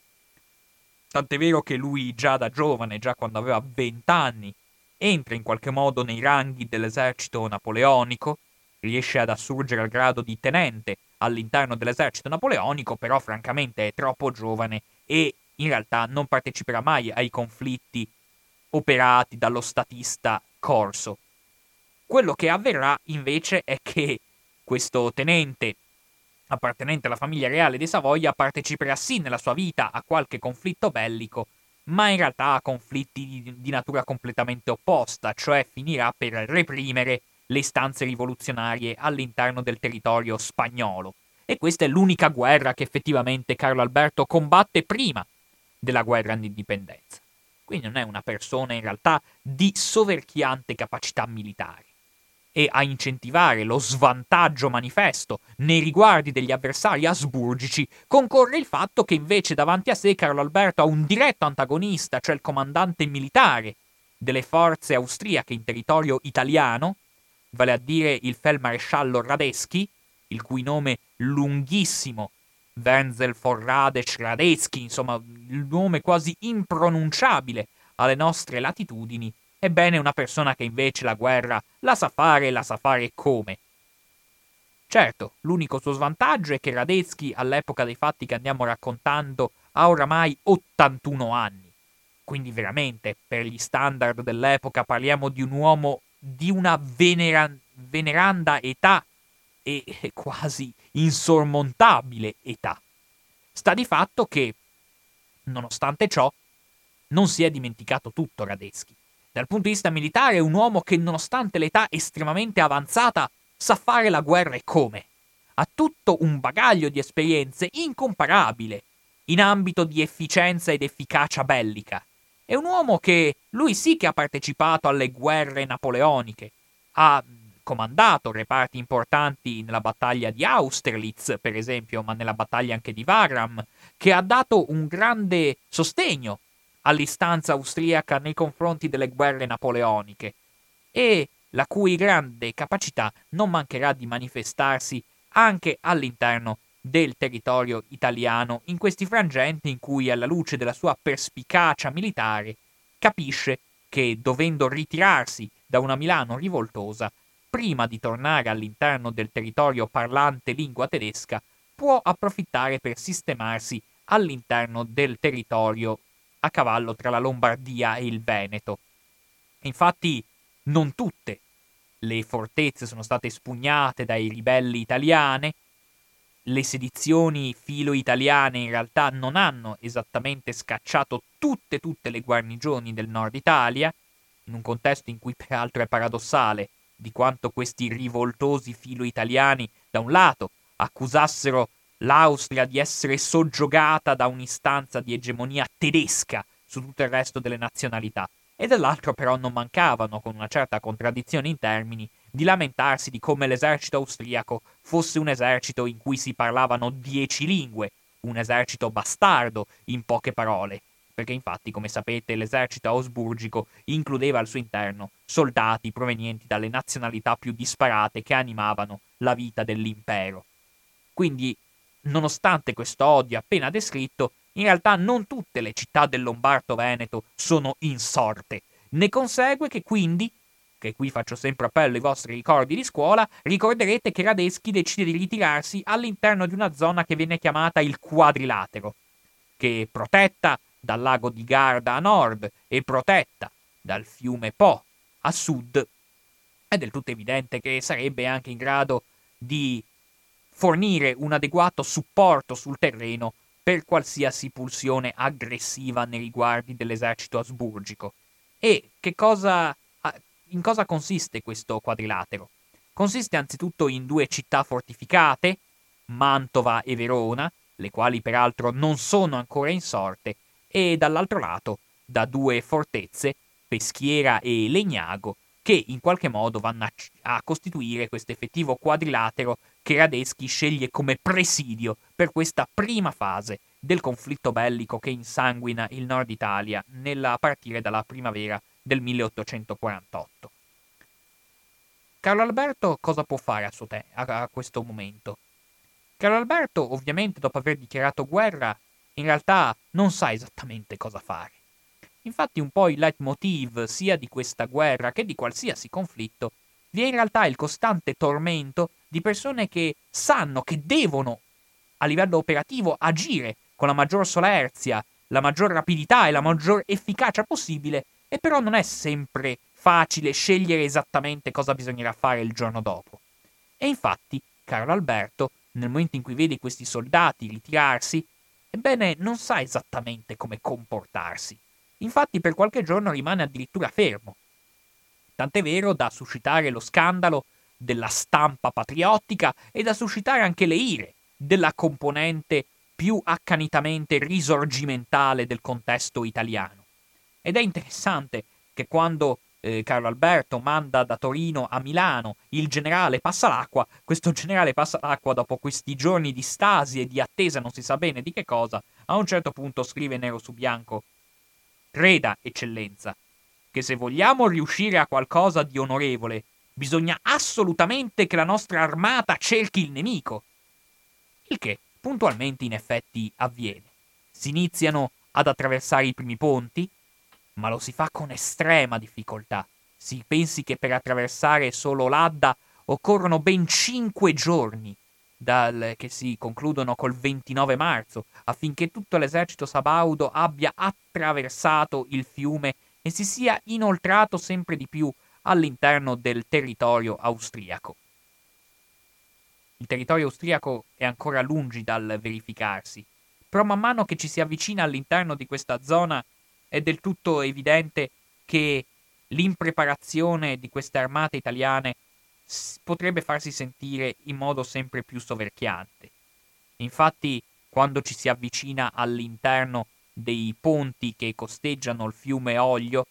Tant'è vero che lui già da giovane, già quando aveva 20 anni, entra in qualche modo nei ranghi dell'esercito napoleonico, riesce ad assurgere al grado di tenente all'interno dell'esercito napoleonico, però francamente è troppo giovane e in realtà non parteciperà mai ai conflitti operati dallo statista Corso. Quello che avverrà invece è che questo tenente appartenente alla famiglia reale di Savoia parteciperà sì nella sua vita a qualche conflitto bellico, ma in realtà a conflitti di natura completamente opposta, cioè finirà per reprimere le istanze rivoluzionarie all'interno del territorio spagnolo. E questa è l'unica guerra che effettivamente Carlo Alberto combatte prima della guerra d'indipendenza. Quindi non è una persona in realtà di soverchiante capacità militare. E a incentivare lo svantaggio manifesto nei riguardi degli avversari asburgici concorre il fatto che invece davanti a sé Carlo Alberto ha un diretto antagonista, cioè il comandante militare delle forze austriache in territorio italiano, vale a dire il feldmaresciallo Radetzky, il cui nome lunghissimo, Wenzel von Radetzky, insomma il nome quasi impronunciabile alle nostre latitudini. Ebbene, una persona che invece la guerra la sa fare e la sa fare come. Certo, l'unico suo svantaggio è che Radetzky, all'epoca dei fatti che andiamo raccontando, ha oramai 81 anni. Quindi veramente, per gli standard dell'epoca, parliamo di un uomo di una veneranda età e quasi insormontabile età. Sta di fatto che, nonostante ciò, non si è dimenticato tutto Radetzky. Dal punto di vista militare è un uomo che, nonostante l'età estremamente avanzata, sa fare la guerra e come. Ha tutto un bagaglio di esperienze incomparabile in ambito di efficienza ed efficacia bellica. È un uomo che, lui sì che ha partecipato alle guerre napoleoniche, ha comandato reparti importanti nella battaglia di Austerlitz, per esempio, ma nella battaglia anche di Wagram, che ha dato un grande sostegno all'istanza austriaca nei confronti delle guerre napoleoniche e la cui grande capacità non mancherà di manifestarsi anche all'interno del territorio italiano in questi frangenti in cui, alla luce della sua perspicacia militare, capisce che, dovendo ritirarsi da una Milano rivoltosa, prima di tornare all'interno del territorio parlante lingua tedesca, può approfittare per sistemarsi all'interno del territorio a cavallo tra la Lombardia e il Veneto. Infatti, non tutte le fortezze sono state espugnate dai ribelli italiane, le sedizioni filo-italiane in realtà non hanno esattamente scacciato tutte le guarnigioni del nord Italia, in un contesto in cui peraltro è paradossale di quanto questi rivoltosi filo-italiani, da un lato, accusassero l'Austria di essere soggiogata da un'istanza di egemonia tedesca su tutto il resto delle nazionalità, e dall'altro però non mancavano, con una certa contraddizione in termini, di lamentarsi di come l'esercito austriaco fosse un esercito in cui si parlavano 10 lingue, un esercito bastardo, in poche parole, perché infatti, come sapete, l'esercito ausburgico includeva al suo interno soldati provenienti dalle nazionalità più disparate che animavano la vita dell'impero. Quindi, nonostante questo odio appena descritto, in realtà non tutte le città del Lombardo-Veneto sono insorte. Ne consegue che quindi, che qui faccio sempre appello ai vostri ricordi di scuola, ricorderete che Radetzky decide di ritirarsi all'interno di una zona che viene chiamata il Quadrilatero, che, protetta dal lago di Garda a nord e protetta dal fiume Po a sud, è del tutto evidente che sarebbe anche in grado di fornire un adeguato supporto sul terreno per qualsiasi pulsione aggressiva nei riguardi dell'esercito asburgico. E in cosa consiste questo quadrilatero? Consiste anzitutto in due città fortificate, Mantova e Verona, le quali peraltro non sono ancora insorte, e dall'altro lato da due fortezze, Peschiera e Legnago, che in qualche modo vanno a costituire questo effettivo quadrilatero che Radetzky sceglie come presidio per questa prima fase del conflitto bellico che insanguina il nord Italia a partire dalla primavera del 1848. Carlo Alberto cosa può fare a questo momento? Carlo Alberto, ovviamente, dopo aver dichiarato guerra, in realtà non sa esattamente cosa fare. Infatti un po' il leitmotiv sia di questa guerra che di qualsiasi conflitto vi è in realtà il costante tormento di persone che sanno che devono, a livello operativo, agire con la maggior solerzia, la maggior rapidità e la maggior efficacia possibile, e però non è sempre facile scegliere esattamente cosa bisognerà fare il giorno dopo. E infatti Carlo Alberto, nel momento in cui vede questi soldati ritirarsi, ebbene non sa esattamente come comportarsi. Infatti per qualche giorno rimane addirittura fermo. Tant'è vero da suscitare lo scandalo della stampa patriottica e da suscitare anche le ire della componente più accanitamente risorgimentale del contesto italiano. Ed è interessante che quando Carlo Alberto manda da Torino a Milano il generale Passalacqua, questo generale Passalacqua, dopo questi giorni di stasi e di attesa non si sa bene di che cosa, a un certo punto scrive nero su bianco: creda, eccellenza, che se vogliamo riuscire a qualcosa di onorevole, bisogna assolutamente che la nostra armata cerchi il nemico. Il che puntualmente in effetti avviene. Si iniziano ad attraversare i primi ponti, ma lo si fa con estrema difficoltà. Si pensi che per attraversare solo l'Adda occorrono ben 5 giorni, che si concludono col 29 marzo, affinché tutto l'esercito sabaudo abbia attraversato il fiume e si sia inoltrato sempre di più all'interno del territorio austriaco. Il territorio austriaco è ancora lungi dal verificarsi, però man mano che ci si avvicina all'interno di questa zona è del tutto evidente che l'impreparazione di queste armate italiane potrebbe farsi sentire in modo sempre più soverchiante. Infatti, quando ci si avvicina all'interno dei ponti che costeggiano il fiume Oglio,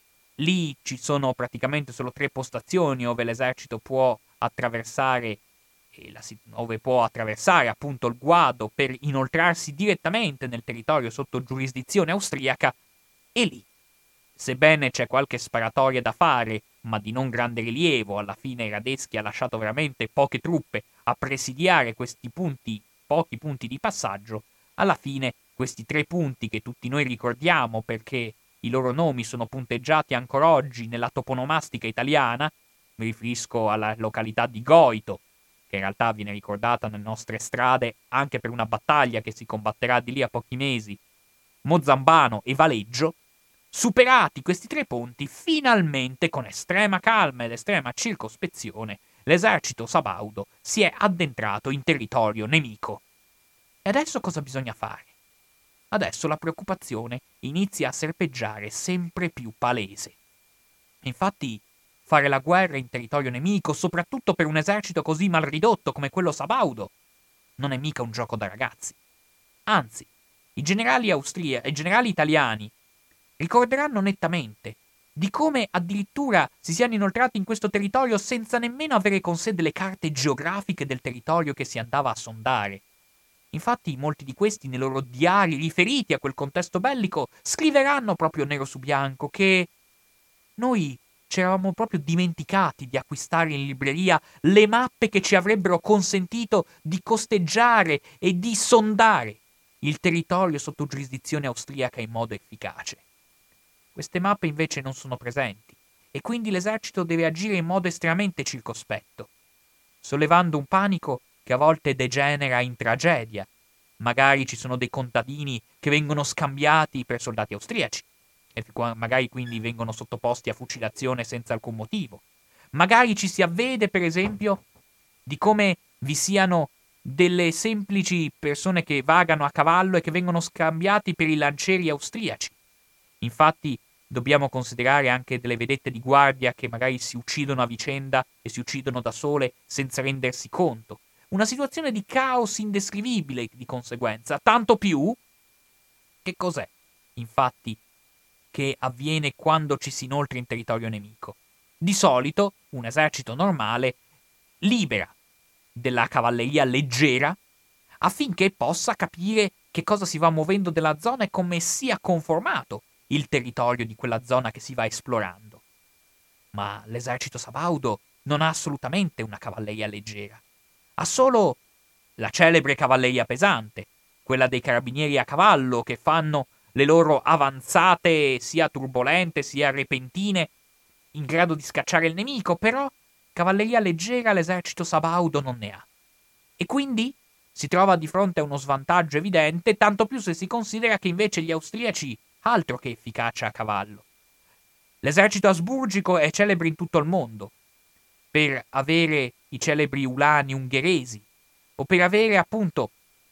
lì ci sono praticamente solo 3 postazioni dove l'esercito può attraversare dove può attraversare appunto il guado per inoltrarsi direttamente nel territorio sotto giurisdizione austriaca, e lì, sebbene c'è qualche sparatoria da fare, ma di non grande rilievo, alla fine Radetzky ha lasciato veramente poche truppe a presidiare questi punti, pochi punti di passaggio, alla fine questi 3 punti che tutti noi ricordiamo perché i loro nomi sono punteggiati ancora oggi nella toponomastica italiana, mi riferisco alla località di Goito, che in realtà viene ricordata nelle nostre strade anche per una battaglia che si combatterà di lì a pochi mesi, Mozzambano e Valeggio. Superati questi 3 ponti, finalmente, con estrema calma ed estrema circospezione, l'esercito sabaudo si è addentrato in territorio nemico. E adesso cosa bisogna fare? Adesso la preoccupazione inizia a serpeggiare sempre più palese. Infatti, fare la guerra in territorio nemico, soprattutto per un esercito così mal ridotto come quello sabaudo, non è mica un gioco da ragazzi. Anzi, i generali italiani ricorderanno nettamente di come addirittura si siano inoltrati in questo territorio senza nemmeno avere con sé delle carte geografiche del territorio che si andava a sondare. Infatti molti di questi nei loro diari riferiti a quel contesto bellico scriveranno proprio nero su bianco che noi ci eravamo proprio dimenticati di acquistare in libreria le mappe che ci avrebbero consentito di costeggiare e di sondare il territorio sotto giurisdizione austriaca in modo efficace. Queste mappe invece non sono presenti e quindi l'esercito deve agire in modo estremamente circospetto, sollevando un panico che a volte degenera in tragedia, magari ci sono dei contadini che vengono scambiati per soldati austriaci e magari quindi vengono sottoposti a fucilazione senza alcun motivo. Magari ci si avvede, per esempio, di come vi siano delle semplici persone che vagano a cavallo e che vengono scambiati per i lancieri austriaci. Infatti dobbiamo considerare anche delle vedette di guardia che magari si uccidono a vicenda e si uccidono da sole senza rendersi conto. Una situazione di caos indescrivibile di conseguenza, tanto più che cos'è, infatti, che avviene quando ci si inoltra in territorio nemico. Di solito un esercito normale libera della cavalleria leggera affinché possa capire che cosa si va muovendo della zona e come sia conformato il territorio di quella zona che si va esplorando. Ma l'esercito sabaudo non ha assolutamente una cavalleria leggera. Ha solo la celebre cavalleria pesante, quella dei carabinieri a cavallo che fanno le loro avanzate sia turbolente sia repentine, in grado di scacciare il nemico, però cavalleria leggera l'esercito sabaudo non ne ha. E quindi si trova di fronte a uno svantaggio evidente, tanto più se si considera che invece gli austriaci altro che efficacia a cavallo. L'esercito asburgico è celebre in tutto il mondo per avere i celebri ulani ungheresi o per avere appunto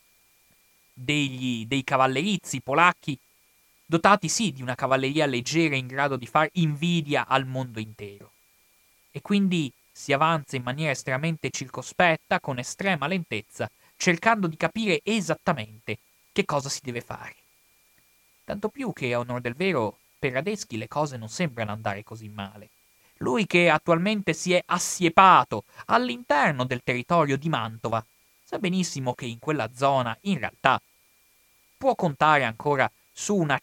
dei cavallerizi polacchi dotati sì di una cavalleria leggera in grado di far invidia al mondo intero. E quindi si avanza in maniera estremamente circospetta, con estrema lentezza, cercando di capire esattamente che cosa si deve fare. Tanto più che, a onor del vero, per Radetzky le cose non sembrano andare così male. Lui che attualmente si è assiepato all'interno del territorio di Mantova, sa benissimo che in quella zona, in realtà, può contare ancora su un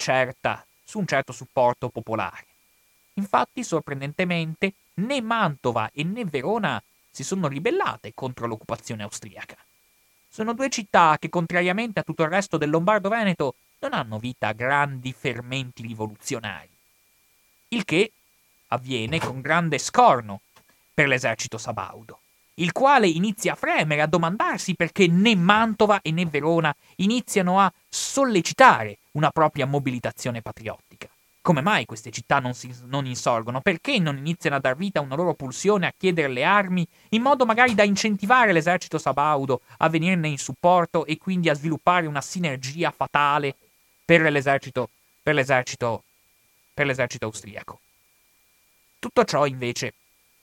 certo supporto popolare. Infatti, sorprendentemente, né Mantova e né Verona si sono ribellate contro l'occupazione austriaca. Sono due città che, contrariamente a tutto il resto del Lombardo-Veneto, non hanno vita a grandi fermenti rivoluzionari. Il che avviene con grande scorno per l'esercito sabaudo, il quale inizia a fremere, a domandarsi perché né Mantova e né Verona iniziano a sollecitare una propria mobilitazione patriottica. Come mai queste città non insorgono? Perché non iniziano a dar vita a una loro pulsione a chiedere le armi, in modo magari da incentivare l'esercito sabaudo a venirne in supporto e quindi a sviluppare una sinergia fatale per l'esercito, per l'esercito, per l'esercito austriaco? Tutto ciò, invece,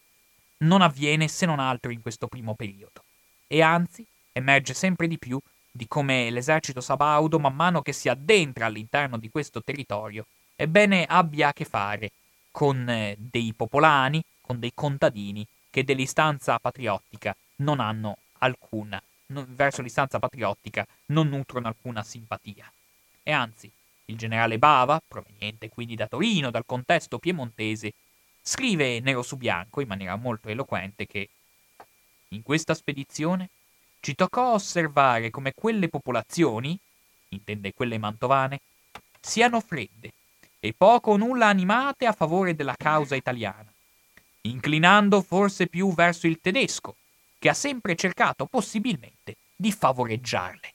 non avviene se non altro in questo primo periodo. E anzi, emerge sempre di più di come l'esercito sabaudo, man mano che si addentra all'interno di questo territorio, ebbene abbia a che fare con dei popolani, con dei contadini che dell'istanza patriottica non hanno alcuna, verso l'istanza patriottica non nutrono alcuna simpatia. E anzi, il generale Bava, proveniente quindi da Torino, dal contesto piemontese, scrive nero su bianco, in maniera molto eloquente, che in questa spedizione ci toccò osservare come quelle popolazioni, intende quelle mantovane, siano fredde e poco o nulla animate a favore della causa italiana, inclinando forse più verso il tedesco, che ha sempre cercato possibilmente di favoreggiarle.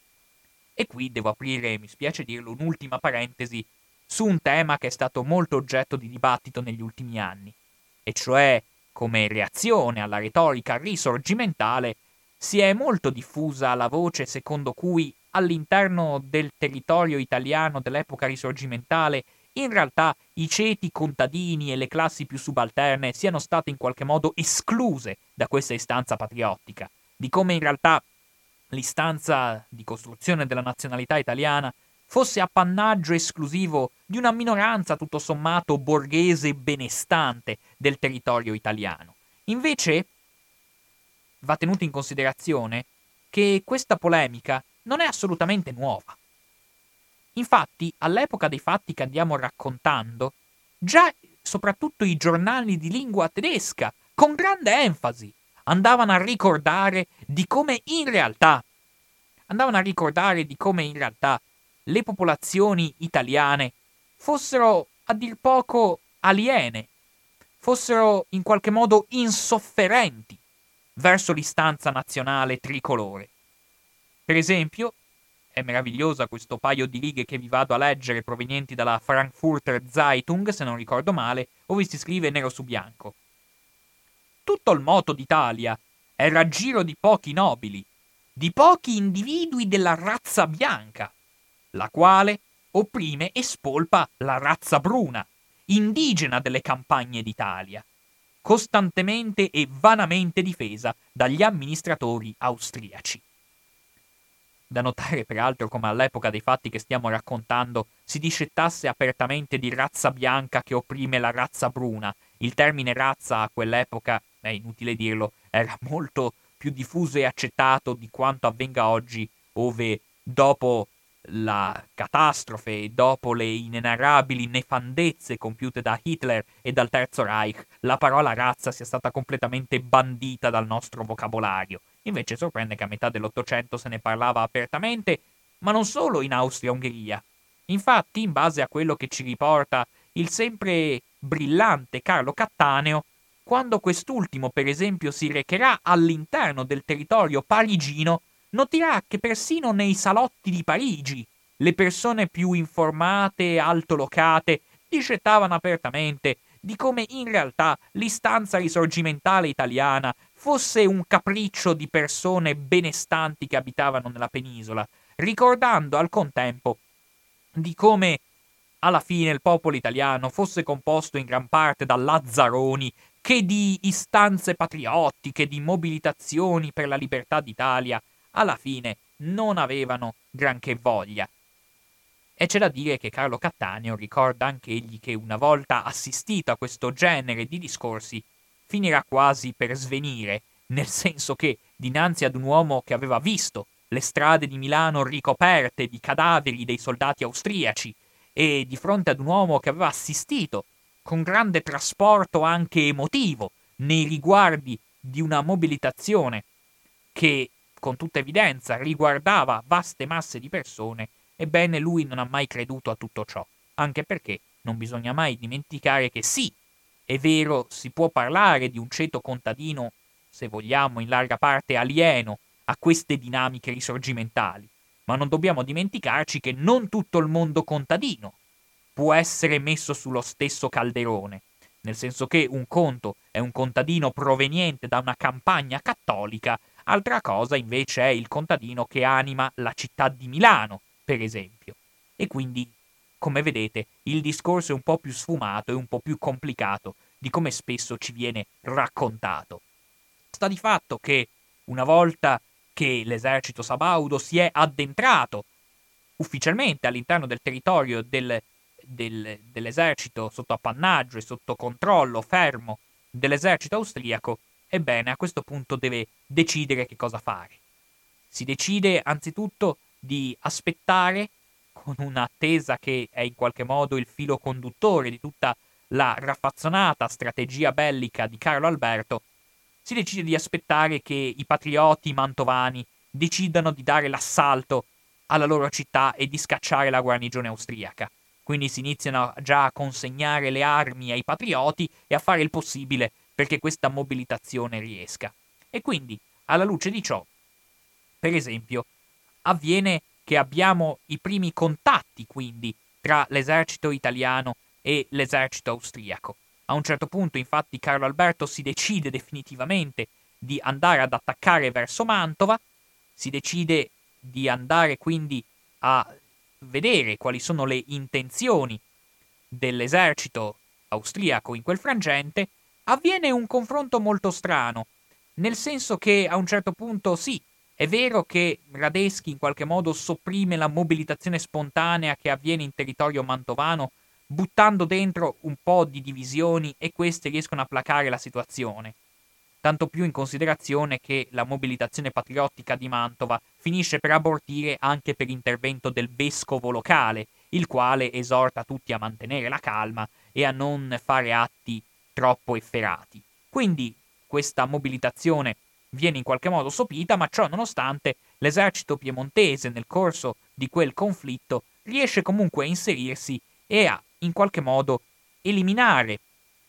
E qui devo aprire, mi spiace dirlo, un'ultima parentesi su un tema che è stato molto oggetto di dibattito negli ultimi anni, e cioè come reazione alla retorica risorgimentale si è molto diffusa la voce secondo cui all'interno del territorio italiano dell'epoca risorgimentale in realtà i ceti contadini e le classi più subalterne siano state in qualche modo escluse da questa istanza patriottica, di come in realtà l'istanza di costruzione della nazionalità italiana fosse appannaggio esclusivo di una minoranza tutto sommato borghese e benestante del territorio italiano. Invece va tenuto in considerazione che questa polemica non è assolutamente nuova. Infatti, all'epoca dei fatti che andiamo raccontando, già soprattutto i giornali di lingua tedesca, con grande enfasi, andavano a ricordare di come in realtà le popolazioni italiane fossero a dir poco aliene, fossero in qualche modo insofferenti verso l'istanza nazionale tricolore. Per esempio, è meravigliosa questo paio di righe che vi vado a leggere provenienti dalla Frankfurter Zeitung, se non ricordo male, dove si scrive nero su bianco. Tutto il moto d'Italia è raggiro di pochi nobili, di pochi individui della razza bianca, la quale opprime e spolpa la razza bruna, indigena delle campagne d'Italia, costantemente e vanamente difesa dagli amministratori austriaci. Da notare peraltro come all'epoca dei fatti che stiamo raccontando si discettasse apertamente di razza bianca che opprime la razza bruna. Il termine razza a quell'epoca, è inutile dirlo, era molto più diffuso e accettato di quanto avvenga oggi, ove dopo la catastrofe, dopo le inenarrabili nefandezze compiute da Hitler e dal Terzo Reich, la parola razza sia stata completamente bandita dal nostro vocabolario. Invece sorprende che a metà dell'Ottocento se ne parlava apertamente, ma non solo in Austria-Ungheria. Infatti, in base a quello che ci riporta il sempre brillante Carlo Cattaneo, quando quest'ultimo, per esempio, si recherà all'interno del territorio parigino, noterà che persino nei salotti di Parigi le persone più informate e altolocate discettavano apertamente di come in realtà l'istanza risorgimentale italiana fosse un capriccio di persone benestanti che abitavano nella penisola, ricordando al contempo di come alla fine il popolo italiano fosse composto in gran parte da lazzaroni che di istanze patriottiche, di mobilitazioni per la libertà d'Italia, alla fine non avevano granché voglia. E c'è da dire che Carlo Cattaneo ricorda anche egli che una volta assistito a questo genere di discorsi finirà quasi per svenire, nel senso che dinanzi ad un uomo che aveva visto le strade di Milano ricoperte di cadaveri dei soldati austriaci e di fronte ad un uomo che aveva assistito con grande trasporto anche emotivo nei riguardi di una mobilitazione che con tutta evidenza riguardava vaste masse di persone, ebbene lui non ha mai creduto a tutto ciò, anche perché non bisogna mai dimenticare che sì, è vero, si può parlare di un ceto contadino, se vogliamo, in larga parte alieno a queste dinamiche risorgimentali, ma non dobbiamo dimenticarci che non tutto il mondo contadino può essere messo sullo stesso calderone, nel senso che un conto è un contadino proveniente da una campagna cattolica, altra cosa invece è il contadino che anima la città di Milano, per esempio. E quindi, come vedete, il discorso è un po' più sfumato e un po' più complicato di come spesso ci viene raccontato. Sta di fatto che una volta che l'esercito sabaudo si è addentrato ufficialmente all'interno del territorio dell'esercito sotto appannaggio e sotto controllo fermo dell'esercito austriaco, ebbene a questo punto deve decidere che cosa fare. Si decide anzitutto di aspettare, con un'attesa che è in qualche modo il filo conduttore di tutta la raffazzonata strategia bellica di Carlo Alberto, si decide di aspettare che i patrioti mantovani decidano di dare l'assalto alla loro città e di scacciare la guarnigione austriaca. Quindi si iniziano già a consegnare le armi ai patrioti e a fare il possibile perché questa mobilitazione riesca. E quindi, alla luce di ciò, per esempio, avviene che abbiamo i primi contatti, quindi, tra l'esercito italiano e l'esercito austriaco. A un certo punto, infatti, Carlo Alberto si decide definitivamente di andare ad attaccare verso Mantova, si decide di andare quindi a vedere quali sono le intenzioni dell'esercito austriaco in quel frangente, avviene un confronto molto strano, nel senso che a un certo punto sì, è vero che Radetzky in qualche modo sopprime la mobilitazione spontanea che avviene in territorio mantovano, buttando dentro un po' di divisioni e queste riescono a placare la situazione. Tanto più in considerazione che la mobilitazione patriottica di Mantova finisce per abortire anche per intervento del vescovo locale, il quale esorta tutti a mantenere la calma e a non fare atti troppo efferati. Quindi questa mobilitazione viene in qualche modo sopita, ma ciò nonostante l'esercito piemontese nel corso di quel conflitto riesce comunque a inserirsi e a in qualche modo eliminare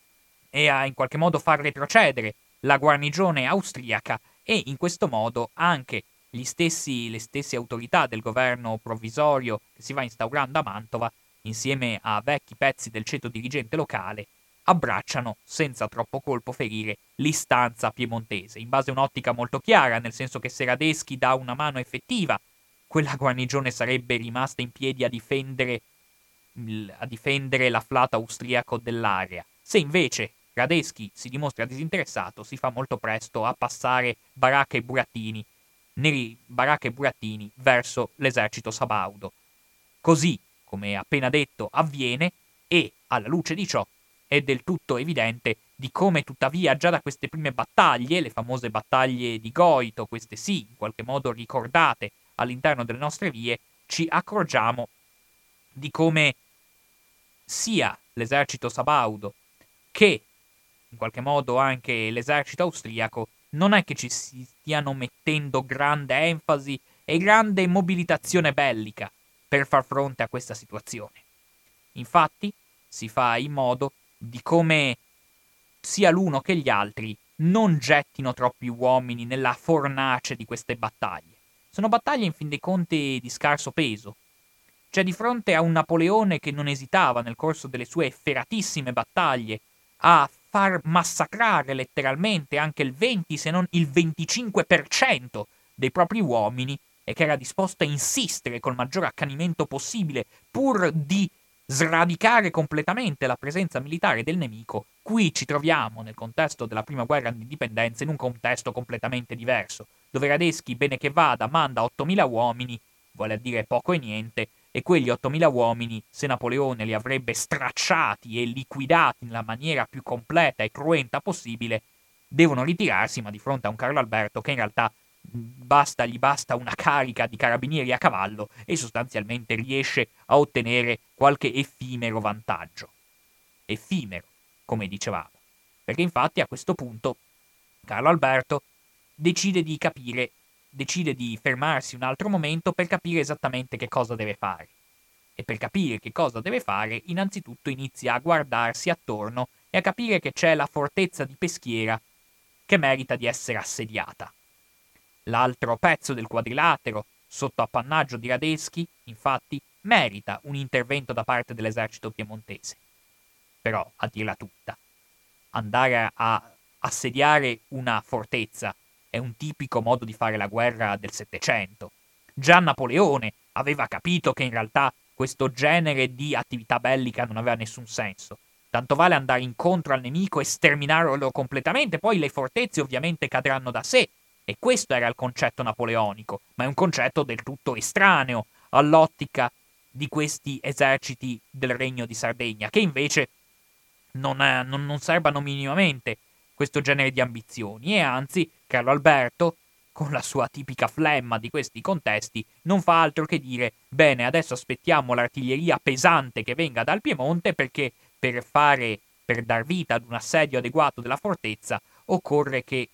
e a in qualche modo far retrocedere la guarnigione austriaca e in questo modo anche le stesse autorità del governo provvisorio che si va instaurando a Mantova, insieme a vecchi pezzi del ceto dirigente locale, abbracciano, senza troppo colpo ferire, l'istanza piemontese, in base a un'ottica molto chiara, nel senso che se Radeschi dà una mano effettiva, quella guarnigione sarebbe rimasta in piedi a difendere l'afflato austriaco dell'area. Se invece Radeschi si dimostra disinteressato, si fa molto presto a passare Baracca e Burattini, verso l'esercito sabaudo. Così, come appena detto, avviene e, alla luce di ciò, è del tutto evidente di come tuttavia già da queste prime battaglie, le famose battaglie di Goito, queste sì, in qualche modo ricordate all'interno delle nostre vie, ci accorgiamo di come sia l'esercito sabaudo che in qualche modo anche l'esercito austriaco non è che ci si stiano mettendo grande enfasi e grande mobilitazione bellica per far fronte a questa situazione. Infatti, si fa in modo di come sia l'uno che gli altri non gettino troppi uomini nella fornace di queste battaglie. Sono battaglie in fin dei conti di scarso peso. C'è di fronte a un Napoleone che non esitava nel corso delle sue efferatissime battaglie a far massacrare letteralmente anche il 20 se non il 25% dei propri uomini e che era disposto a insistere col maggior accanimento possibile pur di sradicare completamente la presenza militare del nemico. Qui ci troviamo nel contesto della prima guerra d'indipendenza in un contesto completamente diverso, dove Radeschi, bene che vada, manda 8.000 uomini, vuole a dire poco e niente, e quegli 8.000 uomini, se Napoleone li avrebbe stracciati e liquidati nella maniera più completa e cruenta possibile, devono ritirarsi, ma di fronte a un Carlo Alberto che in realtà gli basta una carica di carabinieri a cavallo e sostanzialmente riesce a ottenere qualche effimero vantaggio. Effimero, come dicevamo. Perché infatti a questo punto Carlo Alberto decide di fermarsi un altro momento per capire esattamente che cosa deve fare. E per capire che cosa deve fare, innanzitutto inizia a guardarsi attorno e a capire che c'è la fortezza di Peschiera che merita di essere assediata. L'altro pezzo del quadrilatero, sotto appannaggio di Radeschi, infatti, merita un intervento da parte dell'esercito piemontese. Però, a dirla tutta, andare a assediare una fortezza è un tipico modo di fare la guerra del Settecento. Già Napoleone aveva capito che in realtà questo genere di attività bellica non aveva nessun senso. Tanto vale andare incontro al nemico e sterminarlo completamente, poi le fortezze ovviamente cadranno da sé. E questo era il concetto napoleonico, ma è un concetto del tutto estraneo all'ottica di questi eserciti del Regno di Sardegna, che invece non serbano minimamente questo genere di ambizioni e anzi Carlo Alberto, con la sua tipica flemma di questi contesti, non fa altro che dire bene, adesso aspettiamo l'artiglieria pesante che venga dal Piemonte perché per dar vita ad un assedio adeguato della fortezza occorre che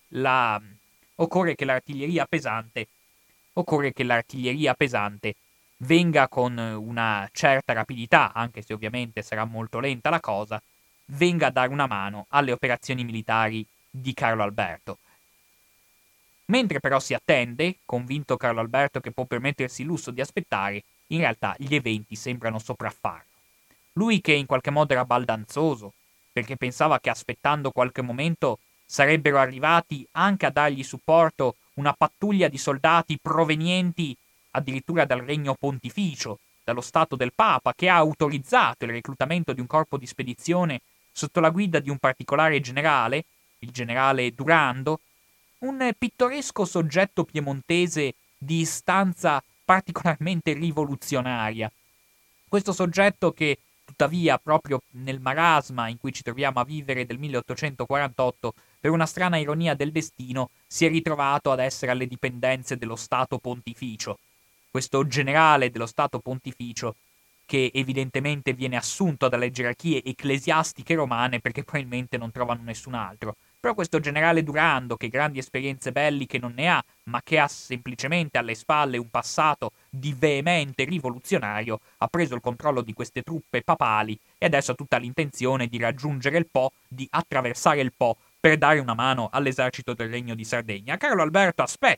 l'artiglieria pesante venga con una certa rapidità, anche se ovviamente sarà molto lenta la cosa, venga a dare una mano alle operazioni militari di Carlo Alberto. Mentre però si attende, convinto Carlo Alberto che può permettersi il lusso di aspettare, in realtà gli eventi sembrano sopraffarlo. Lui che in qualche modo era baldanzoso, perché pensava che aspettando qualche momento sarebbero arrivati anche a dargli supporto una pattuglia di soldati provenienti addirittura dal regno pontificio, dallo stato del Papa, che ha autorizzato il reclutamento di un corpo di spedizione sotto la guida di un particolare generale, il generale Durando, un pittoresco soggetto piemontese di istanza particolarmente rivoluzionaria. Questo soggetto che, tuttavia, proprio nel marasma in cui ci troviamo a vivere del 1848, per una strana ironia del destino, si è ritrovato ad essere alle dipendenze dello Stato Pontificio. Questo generale dello Stato Pontificio che evidentemente viene assunto dalle gerarchie ecclesiastiche romane perché probabilmente non trovano nessun altro. Però questo generale Durando, che grandi esperienze belliche non ne ha, ma che ha semplicemente alle spalle un passato di veemente rivoluzionario, ha preso il controllo di queste truppe papali e adesso ha tutta l'intenzione di raggiungere il Po, di attraversare il Po per dare una mano all'esercito del Regno di Sardegna. Carlo Alberto aspetta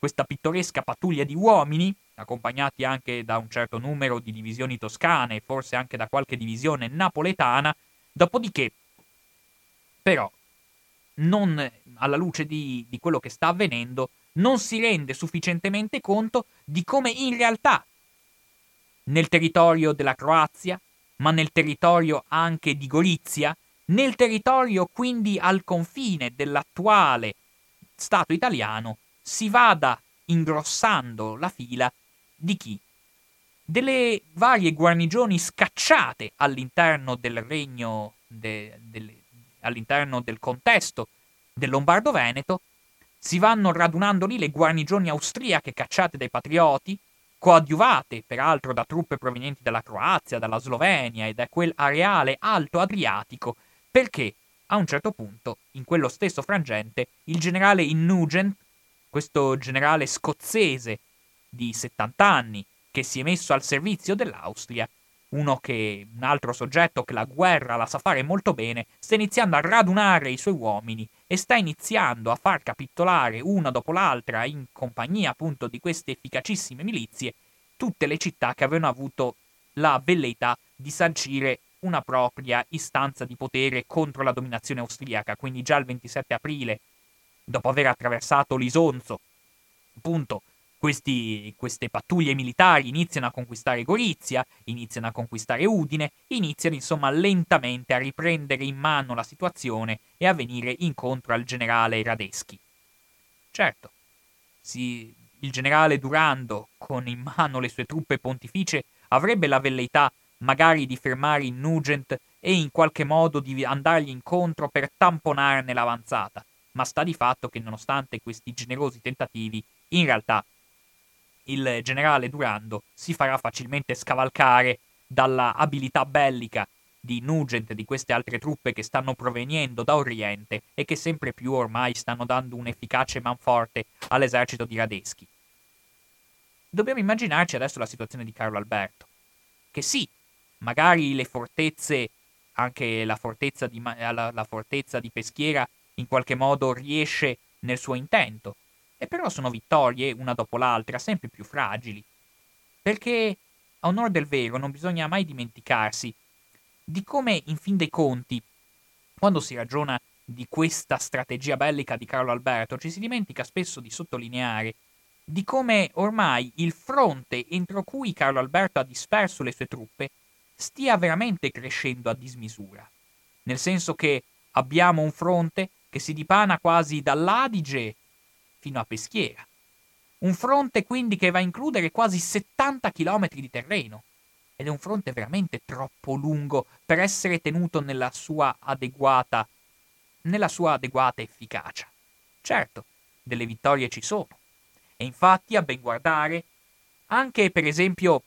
questa pittoresca pattuglia di uomini, accompagnati anche da un certo numero di divisioni toscane e forse anche da qualche divisione napoletana, dopodiché, però, non, alla luce di quello che sta avvenendo, non si rende sufficientemente conto di come in realtà nel territorio della Croazia, ma nel territorio anche di Gorizia, nel territorio quindi al confine dell'attuale Stato italiano, si vada ingrossando la fila di chi? Delle varie guarnigioni scacciate all'interno del regno, all'interno del contesto del Lombardo-Veneto, si vanno radunando lì le guarnigioni austriache cacciate dai patrioti, coadiuvate peraltro da truppe provenienti dalla Croazia, dalla Slovenia e da quel areale alto Adriatico, perché a un certo punto, in quello stesso frangente, il generale Nugent, questo generale scozzese di 70 anni, che si è messo al servizio dell'Austria, un altro soggetto che la guerra la sa fare molto bene, sta iniziando a radunare i suoi uomini e sta iniziando a far capitolare una dopo l'altra, in compagnia appunto di queste efficacissime milizie, tutte le città che avevano avuto la velleità di sancire una propria istanza di potere contro la dominazione austriaca. Quindi già il 27 aprile, dopo aver attraversato l'Isonzo, appunto, queste pattuglie militari iniziano a conquistare Gorizia, iniziano a conquistare Udine, iniziano insomma lentamente a riprendere in mano la situazione e a venire incontro al generale Radeschi. Certo, il generale Durando, con in mano le sue truppe pontificie, avrebbe la velleità magari di fermare il Nugent e in qualche modo di andargli incontro per tamponarne l'avanzata, ma sta di fatto che nonostante questi generosi tentativi, in realtà il generale Durando si farà facilmente scavalcare dalla abilità bellica di Nugent e di queste altre truppe che stanno proveniendo da Oriente e che sempre più ormai stanno dando un efficace manforte all'esercito di Radeschi. Dobbiamo immaginarci adesso la situazione di Carlo Alberto, che sì, magari le fortezze, anche la fortezza di Peschiera, in qualche modo riesce nel suo intento, e però sono vittorie, una dopo l'altra, sempre più fragili. Perché, a onor del vero, non bisogna mai dimenticarsi di come, in fin dei conti, quando si ragiona di questa strategia bellica di Carlo Alberto, ci si dimentica spesso di sottolineare di come ormai il fronte entro cui Carlo Alberto ha disperso le sue truppe stia veramente crescendo a dismisura. Nel senso che abbiamo un fronte che si dipana quasi dall'Adige fino a Peschiera. Un fronte quindi che va a includere quasi 70 chilometri di terreno. Ed è un fronte veramente troppo lungo per essere tenuto nella sua adeguata efficacia. Certo, delle vittorie ci sono. E infatti, a ben guardare, anche per esempio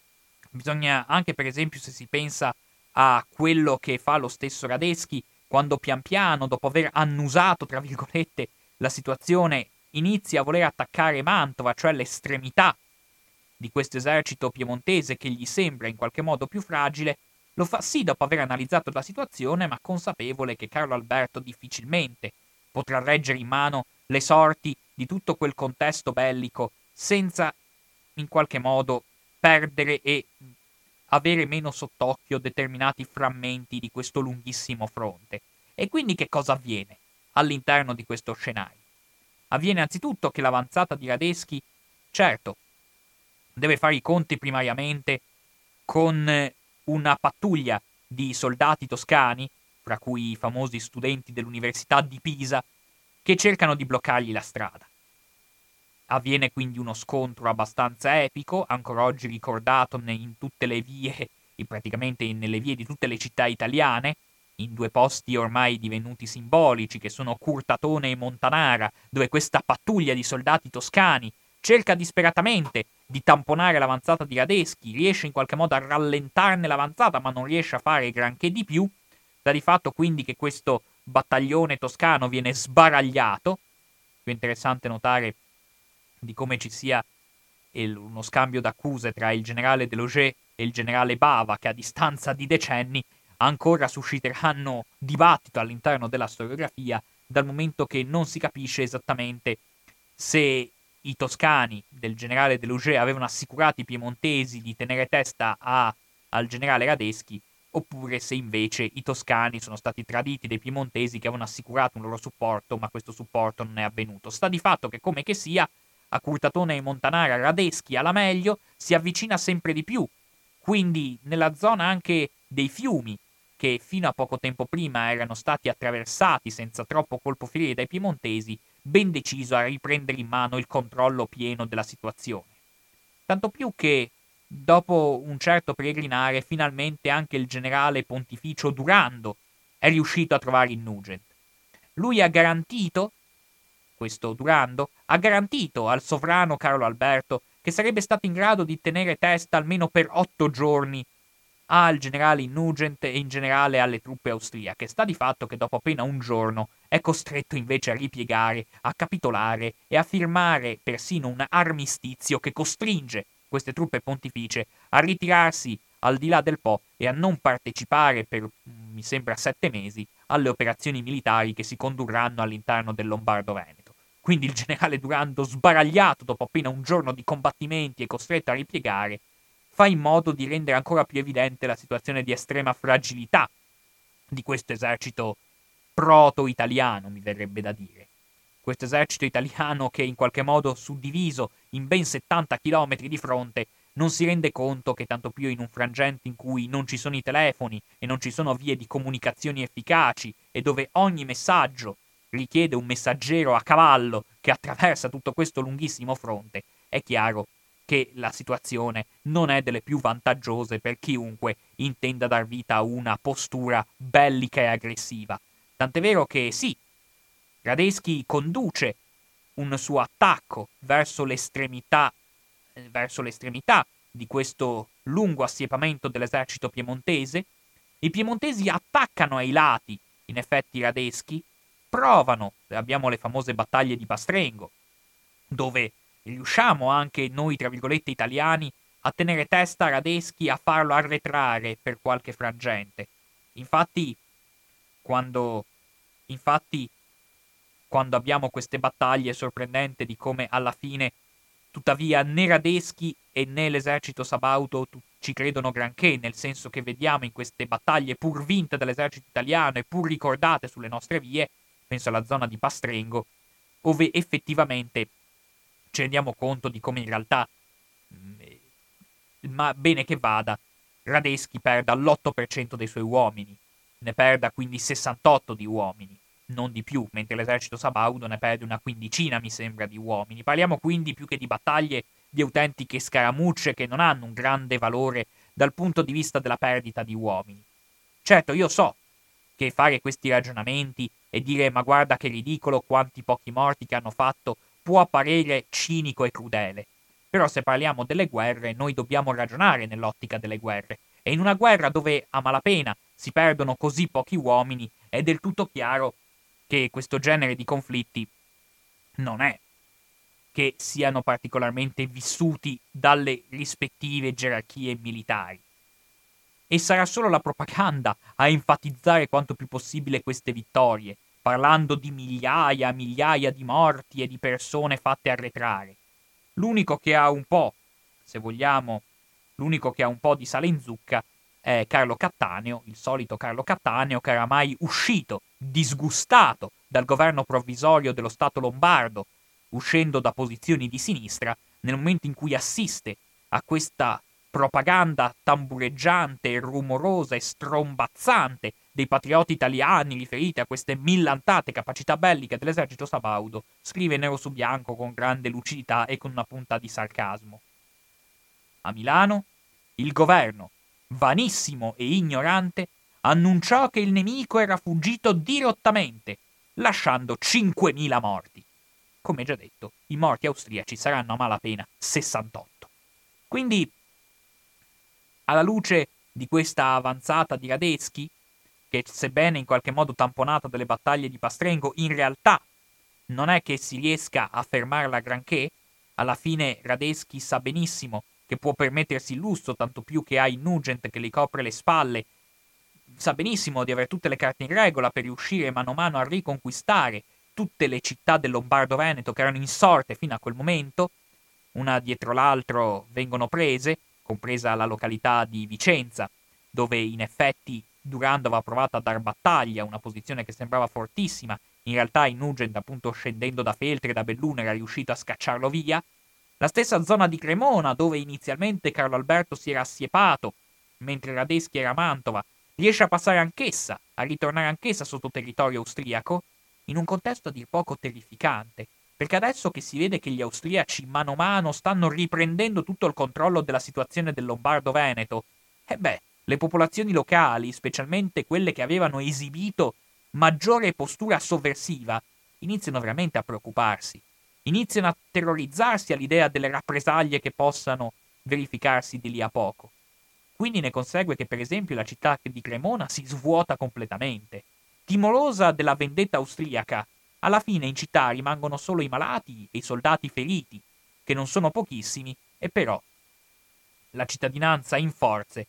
se si pensa a quello che fa lo stesso Radeschi quando pian piano, dopo aver annusato, tra virgolette, la situazione, inizia a voler attaccare Mantova, cioè l'estremità di questo esercito piemontese che gli sembra in qualche modo più fragile, lo fa sì dopo aver analizzato la situazione, ma consapevole che Carlo Alberto difficilmente potrà reggere in mano le sorti di tutto quel contesto bellico senza in qualche modo perdere e avere meno sott'occhio determinati frammenti di questo lunghissimo fronte. E quindi che cosa avviene all'interno di questo scenario? Avviene anzitutto che l'avanzata di Radeschi, certo, deve fare i conti primariamente con una pattuglia di soldati toscani, fra cui i famosi studenti dell'Università di Pisa, che cercano di bloccargli la strada. Avviene quindi uno scontro abbastanza epico, ancora oggi ricordato in tutte le vie, praticamente nelle vie di tutte le città italiane, in due posti ormai divenuti simbolici, che sono Curtatone e Montanara, dove questa pattuglia di soldati toscani cerca disperatamente di tamponare l'avanzata di Radeschi, riesce in qualche modo a rallentarne l'avanzata, ma non riesce a fare granché di più. Sta di fatto quindi che questo battaglione toscano viene sbaragliato. Più interessante notare di come ci sia uno scambio d'accuse tra il generale Deloger e il generale Bava, che a distanza di decenni ancora susciteranno dibattito all'interno della storiografia, dal momento che non si capisce esattamente se i toscani del generale Delouget avevano assicurato i piemontesi di tenere testa al generale Radeschi, oppure se invece i toscani sono stati traditi dai piemontesi che avevano assicurato un loro supporto, ma questo supporto non è avvenuto. Sta di fatto che, come che sia, a Curtatone e Montanara Radeschi alla meglio si avvicina sempre di più, quindi nella zona anche dei fiumi, che fino a poco tempo prima erano stati attraversati senza troppo colpo ferire dai piemontesi, ben deciso a riprendere in mano il controllo pieno della situazione. Tanto più che, dopo un certo peregrinare, finalmente anche il generale pontificio Durando è riuscito a trovare il Nugent. Lui ha garantito, questo Durando, ha garantito al sovrano Carlo Alberto che sarebbe stato in grado di tenere testa almeno per 8 giorni al generale Nugent e in generale alle truppe austriache. Sta di fatto che dopo appena un giorno è costretto invece a ripiegare, a capitolare e a firmare persino un armistizio che costringe queste truppe pontificie a ritirarsi al di là del Po e a non partecipare per, mi sembra, 7 mesi alle operazioni militari che si condurranno all'interno del Lombardo-Veneto. Quindi il generale Durando, sbaragliato dopo appena un giorno di combattimenti e costretto a ripiegare, fa in modo di rendere ancora più evidente la situazione di estrema fragilità di questo esercito proto-italiano, mi verrebbe da dire. Questo esercito italiano che in qualche modo suddiviso in ben 70 chilometri di fronte non si rende conto che tanto più in un frangente in cui non ci sono i telefoni e non ci sono vie di comunicazioni efficaci e dove ogni messaggio richiede un messaggero a cavallo che attraversa tutto questo lunghissimo fronte, è chiaro che la situazione non è delle più vantaggiose per chiunque intenda dar vita a una postura bellica e aggressiva. Tant'è vero che sì, Radeschi conduce un suo attacco verso l'estremità di questo lungo assiepamento dell'esercito piemontese. I piemontesi attaccano ai lati, in effetti Radeschi, provano, abbiamo le famose battaglie di Pastrengo, dove riusciamo anche noi, tra virgolette, italiani, a tenere testa a Radeschi, a farlo arretrare per qualche frangente. Infatti, quando, infatti, quando abbiamo queste battaglie è sorprendente di come alla fine, tuttavia, né Radeschi e né l'esercito sabaudo ci credono granché, nel senso che vediamo in queste battaglie pur vinte dall'esercito italiano e pur ricordate sulle nostre vie, penso alla zona di Pastrengo, dove effettivamente ci rendiamo conto di come in realtà, ma bene che vada, Radeschi perda l'8% dei suoi uomini, ne perda quindi 68 di uomini, non di più, mentre l'esercito sabaudo ne perde una quindicina, mi sembra, di uomini. Parliamo quindi più che di battaglie di autentiche scaramucce che non hanno un grande valore dal punto di vista della perdita di uomini. Certo, io so che fare questi ragionamenti e dire ma guarda che ridicolo quanti pochi morti che hanno fatto può apparire cinico e crudele. Però se parliamo delle guerre, noi dobbiamo ragionare nell'ottica delle guerre. E in una guerra dove a malapena si perdono così pochi uomini, è del tutto chiaro che questo genere di conflitti non è che siano particolarmente vissuti dalle rispettive gerarchie militari. E sarà solo la propaganda a enfatizzare quanto più possibile queste vittorie, parlando di migliaia e migliaia di morti e di persone fatte arretrare. L'unico che ha un po', se vogliamo, l'unico che ha un po' di sale in zucca è Carlo Cattaneo, il solito Carlo Cattaneo che era mai uscito, disgustato dal governo provvisorio dello Stato lombardo, uscendo da posizioni di sinistra, nel momento in cui assiste a questa propaganda tambureggiante, rumorosa e strombazzante dei patrioti italiani riferiti a queste millantate capacità belliche dell'esercito sabaudo, scrive nero su bianco con grande lucidità e con una punta di sarcasmo. A Milano, il governo, vanissimo e ignorante, annunciò che il nemico era fuggito dirottamente, lasciando 5.000 morti. Come già detto, i morti austriaci saranno a malapena 68. Quindi, alla luce di questa avanzata di Radeschi, che sebbene in qualche modo tamponata dalle battaglie di Pastrengo, in realtà non è che si riesca a fermarla granché, alla fine Radeschi sa benissimo che può permettersi il lusso, tanto più che ha il Nugent che gli copre le spalle, sa benissimo di avere tutte le carte in regola per riuscire mano a mano a riconquistare tutte le città del Lombardo-Veneto che erano insorte fino a quel momento, una dietro l'altro vengono prese, compresa la località di Vicenza, dove in effetti Durando aveva provato a dar battaglia, una posizione che sembrava fortissima. In realtà in Nugent, appunto scendendo da Feltre e da Belluno, era riuscito a scacciarlo via. La stessa zona di Cremona, dove inizialmente Carlo Alberto si era assiepato, mentre Radeschi era a Mantova, riesce a passare anch'essa, a ritornare anch'essa sotto territorio austriaco, in un contesto a dir poco terrificante, perché adesso che si vede che gli austriaci mano a mano stanno riprendendo tutto il controllo della situazione del Lombardo-Veneto, le popolazioni locali, specialmente quelle che avevano esibito maggiore postura sovversiva, iniziano veramente a preoccuparsi, iniziano a terrorizzarsi all'idea delle rappresaglie che possano verificarsi di lì a poco. Quindi ne consegue che, per esempio, la città di Cremona si svuota completamente. Timorosa della vendetta austriaca, alla fine in città rimangono solo i malati e i soldati feriti, che non sono pochissimi, e però la cittadinanza in forze,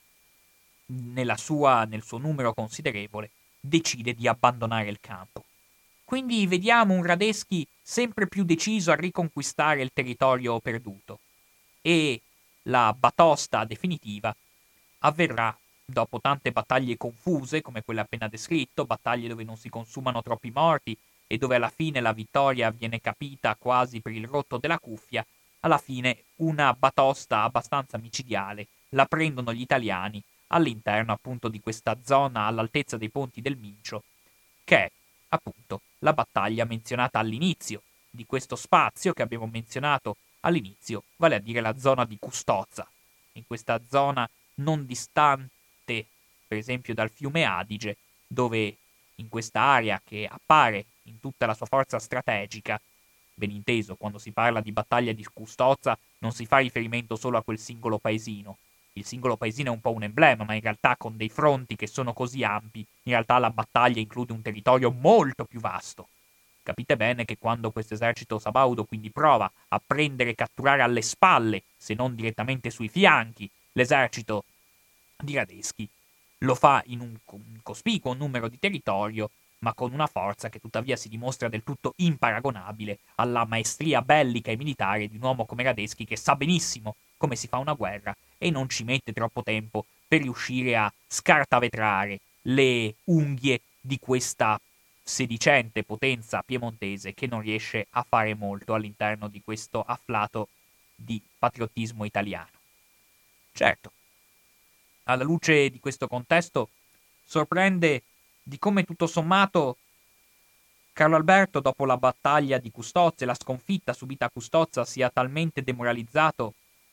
nel suo numero considerevole, decide di abbandonare il campo. Quindi vediamo un Radeschi sempre più deciso a riconquistare il territorio perduto. E la batosta definitiva avverrà dopo tante battaglie confuse, come quelle appena descritto, battaglie dove non si consumano troppi morti e dove alla fine la vittoria viene capita quasi per il rotto della cuffia. Alla fine una batosta abbastanza micidiale la prendono gli italiani all'interno appunto di questa zona all'altezza dei ponti del Mincio, che è appunto la battaglia menzionata all'inizio di questo spazio che abbiamo menzionato all'inizio, vale a dire la zona di Custozza. In questa zona non distante, per esempio, dal fiume Adige, dove in questa area che appare in tutta la sua forza strategica, ben inteso, quando si parla di battaglia di Custozza non si fa riferimento solo a quel singolo paesino. Il singolo paesino è un po' un emblema, ma in realtà con dei fronti che sono così ampi, in realtà la battaglia include un territorio molto più vasto. Capite bene che quando questo esercito sabaudo quindi prova a prendere e catturare alle spalle, se non direttamente sui fianchi, l'esercito di Radeschi, lo fa in un cospicuo numero di territorio, ma con una forza che tuttavia si dimostra del tutto imparagonabile alla maestria bellica e militare di un uomo come Radeschi che sa benissimo come si fa una guerra e non ci mette troppo tempo per riuscire a scartavetrare le unghie di questa sedicente potenza piemontese che non riesce a fare molto all'interno di questo afflato di patriottismo italiano. Certo, alla luce di questo contesto, sorprende di come tutto sommato Carlo Alberto, dopo la battaglia di Custozza e la sconfitta subita a Custozza, sia talmente demoralizzato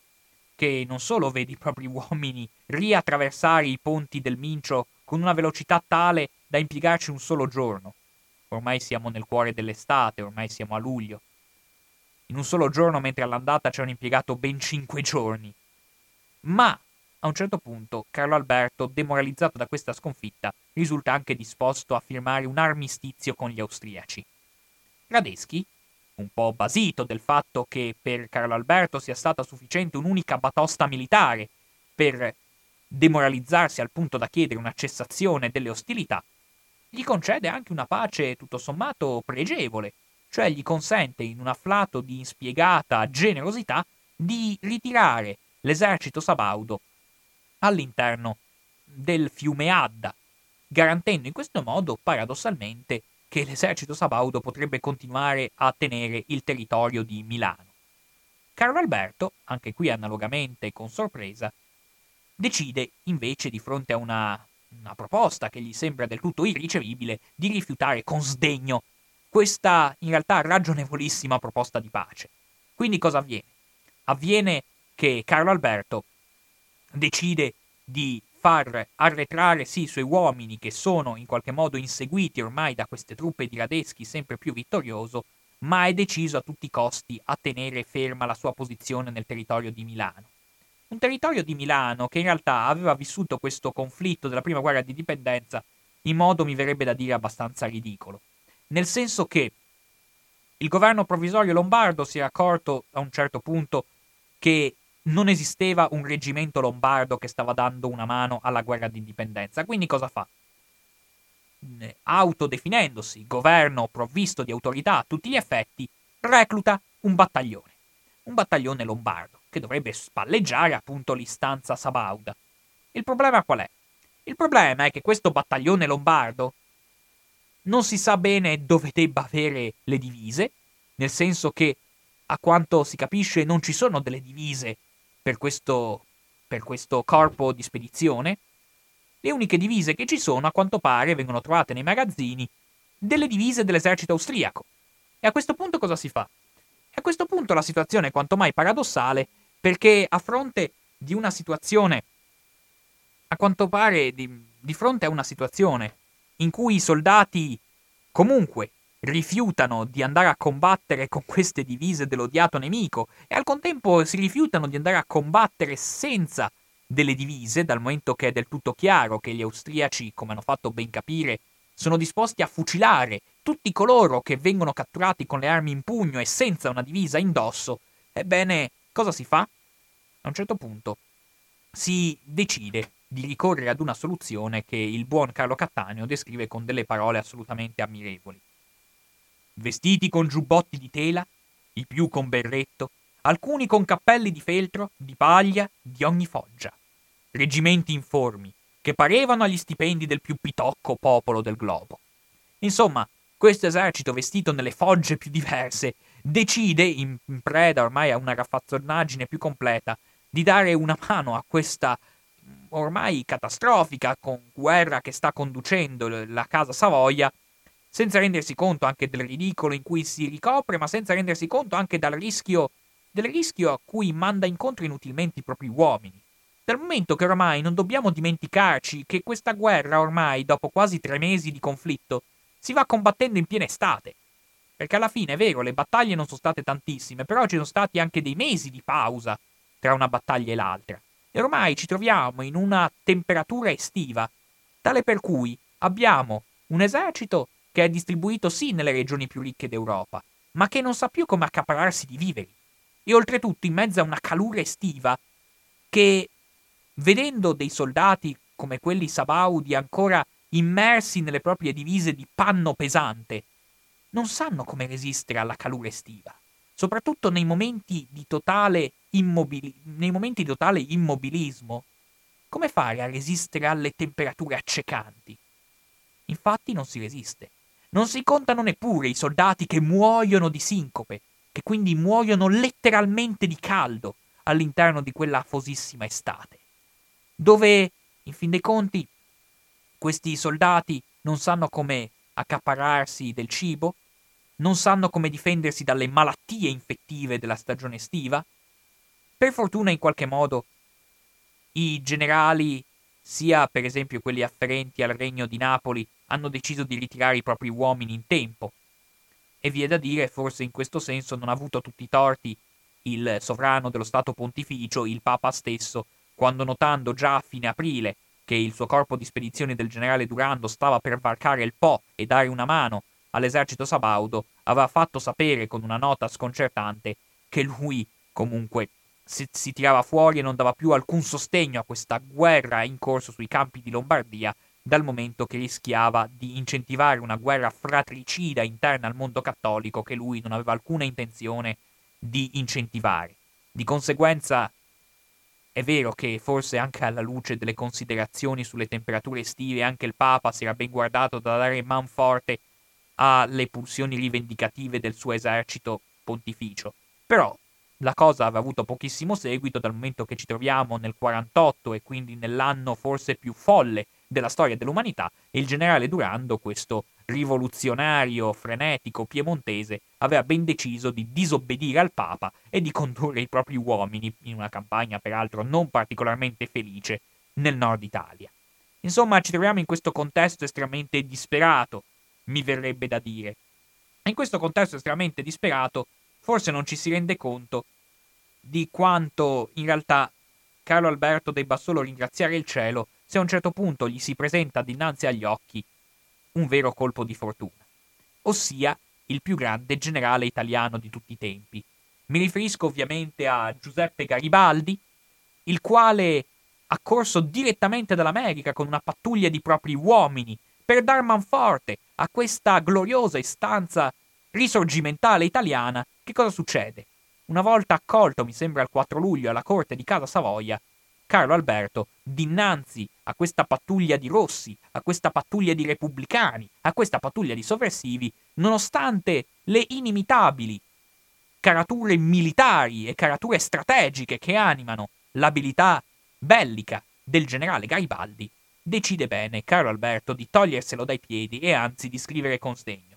che non solo vede i propri uomini riattraversare i ponti del Mincio con una velocità tale da impiegarci un solo giorno. Ormai siamo nel cuore dell'estate, ormai siamo a luglio. In un solo giorno, mentre all'andata ci hanno impiegato ben 5 giorni. Ma a un certo punto Carlo Alberto, demoralizzato da questa sconfitta, risulta anche disposto a firmare un armistizio con gli austriaci. Radeschi, un po' basito del fatto che per Carlo Alberto sia stata sufficiente un'unica batosta militare per demoralizzarsi al punto da chiedere una cessazione delle ostilità, gli concede anche una pace tutto sommato pregevole, cioè gli consente in un afflato di inspiegata generosità di ritirare l'esercito sabaudo all'interno del fiume Adda, garantendo in questo modo, paradossalmente, che l'esercito sabaudo potrebbe continuare a tenere il territorio di Milano. Carlo Alberto, anche qui analogamente con sorpresa, decide invece di fronte a una proposta che gli sembra del tutto irricevibile di rifiutare con sdegno questa in realtà ragionevolissima proposta di pace. Quindi cosa avviene? Avviene che Carlo Alberto decide di far arretrare sì i suoi uomini che sono in qualche modo inseguiti ormai da queste truppe di Radeschi sempre più vittorioso, ma è deciso a tutti i costi a tenere ferma la sua posizione nel territorio di Milano. Un territorio di Milano che in realtà aveva vissuto questo conflitto della prima guerra di indipendenza in modo, mi verrebbe da dire, abbastanza ridicolo. Nel senso che il governo provvisorio lombardo si è accorto a un certo punto che non esisteva un reggimento lombardo che stava dando una mano alla guerra di indipendenza. Quindi cosa fa? autodefinendosi governo provvisto di autorità a tutti gli effetti, recluta un battaglione lombardo, che dovrebbe spalleggiare appunto l'istanza sabauda. Il problema qual è? Il problema è che questo battaglione lombardo non si sa bene dove debba avere le divise, nel senso che, a quanto si capisce, non ci sono delle divise per questo corpo di spedizione. Le uniche divise che ci sono, a quanto pare, vengono trovate nei magazzini delle divise dell'esercito austriaco. E a questo punto cosa si fa? E a questo punto la situazione è quanto mai paradossale, perché a fronte di una situazione, a quanto pare, di fronte a una situazione in cui i soldati comunque rifiutano di andare a combattere con queste divise dell'odiato nemico e al contempo si rifiutano di andare a combattere senza delle divise, dal momento che è del tutto chiaro che gli austriaci, come hanno fatto ben capire, sono disposti a fucilare tutti coloro che vengono catturati con le armi in pugno e senza una divisa indosso. Ebbene, cosa si fa? A un certo punto si decide di ricorrere ad una soluzione che il buon Carlo Cattaneo descrive con delle parole assolutamente ammirevoli. Vestiti con giubbotti di tela, i più con berretto, alcuni con cappelli di feltro, di paglia, di ogni foggia. Reggimenti informi, che parevano agli stipendi del più pitocco popolo del globo. Insomma, questo esercito vestito nelle fogge più diverse decide, in preda ormai a una raffazzonaggine più completa, di dare una mano a questa ormai catastrofica guerra che sta conducendo la casa Savoia, senza rendersi conto anche del ridicolo in cui si ricopre, ma senza rendersi conto anche del rischio a cui manda incontro inutilmente i propri uomini. Dal momento che ormai non dobbiamo dimenticarci che questa guerra ormai, dopo quasi 3 mesi di conflitto, si va combattendo in piena estate. Perché alla fine, è vero, le battaglie non sono state tantissime, però ci sono stati anche dei mesi di pausa tra una battaglia e l'altra. E ormai ci troviamo in una temperatura estiva, tale per cui abbiamo un esercito che è distribuito sì nelle regioni più ricche d'Europa, ma che non sa più come accaparrarsi di viveri. E oltretutto in mezzo a una calura estiva che, vedendo dei soldati come quelli sabaudi ancora immersi nelle proprie divise di panno pesante, non sanno come resistere alla calura estiva, soprattutto nei momenti di totale immobilismo. Come fare a resistere alle temperature accecanti? Infatti non si resiste. Non si contano neppure i soldati che muoiono di sincope, che quindi muoiono letteralmente di caldo all'interno di quella afosissima estate, dove, in fin dei conti, questi soldati non sanno come accaparrarsi del cibo, non sanno come difendersi dalle malattie infettive della stagione estiva. Per fortuna, in qualche modo, i generali, sia per esempio quelli afferenti al regno di Napoli, hanno deciso di ritirare i propri uomini in tempo. E vi è da dire, forse in questo senso non ha avuto tutti i torti il sovrano dello Stato Pontificio, il Papa stesso, quando notando già a fine aprile che il suo corpo di spedizioni del generale Durando stava per varcare il Po e dare una mano all'esercito sabaudo, aveva fatto sapere con una nota sconcertante che lui comunque si tirava fuori e non dava più alcun sostegno a questa guerra in corso sui campi di Lombardia, dal momento che rischiava di incentivare una guerra fratricida interna al mondo cattolico che lui non aveva alcuna intenzione di incentivare. Di conseguenza è vero che forse anche alla luce delle considerazioni sulle temperature estive anche il Papa si era ben guardato da dare man forte alle pulsioni rivendicative del suo esercito pontificio. Però la cosa aveva avuto pochissimo seguito dal momento che ci troviamo nel 48 e quindi nell'anno forse più folle della storia dell'umanità e il generale Durando, questo rivoluzionario frenetico piemontese, aveva ben deciso di disobbedire al Papa e di condurre i propri uomini in una campagna peraltro non particolarmente felice nel nord Italia. Insomma, ci troviamo in questo contesto estremamente disperato, mi verrebbe da dire. E in questo contesto estremamente disperato, forse non ci si rende conto di quanto in realtà Carlo Alberto debba solo ringraziare il cielo se a un certo punto gli si presenta dinanzi agli occhi un vero colpo di fortuna, ossia il più grande generale italiano di tutti i tempi. Mi riferisco ovviamente a Giuseppe Garibaldi, il quale, accorso direttamente dall'America con una pattuglia di propri uomini per dar manforte a questa gloriosa istanza risorgimentale italiana, che cosa succede? Una volta accolto, mi sembra il 4 luglio, alla corte di Casa Savoia, Carlo Alberto, dinanzi a questa pattuglia di rossi, a questa pattuglia di repubblicani, a questa pattuglia di sovversivi, nonostante le inimitabili carature militari e carature strategiche che animano l'abilità bellica del generale Garibaldi, decide bene Carlo Alberto di toglierselo dai piedi e anzi di scrivere con sdegno: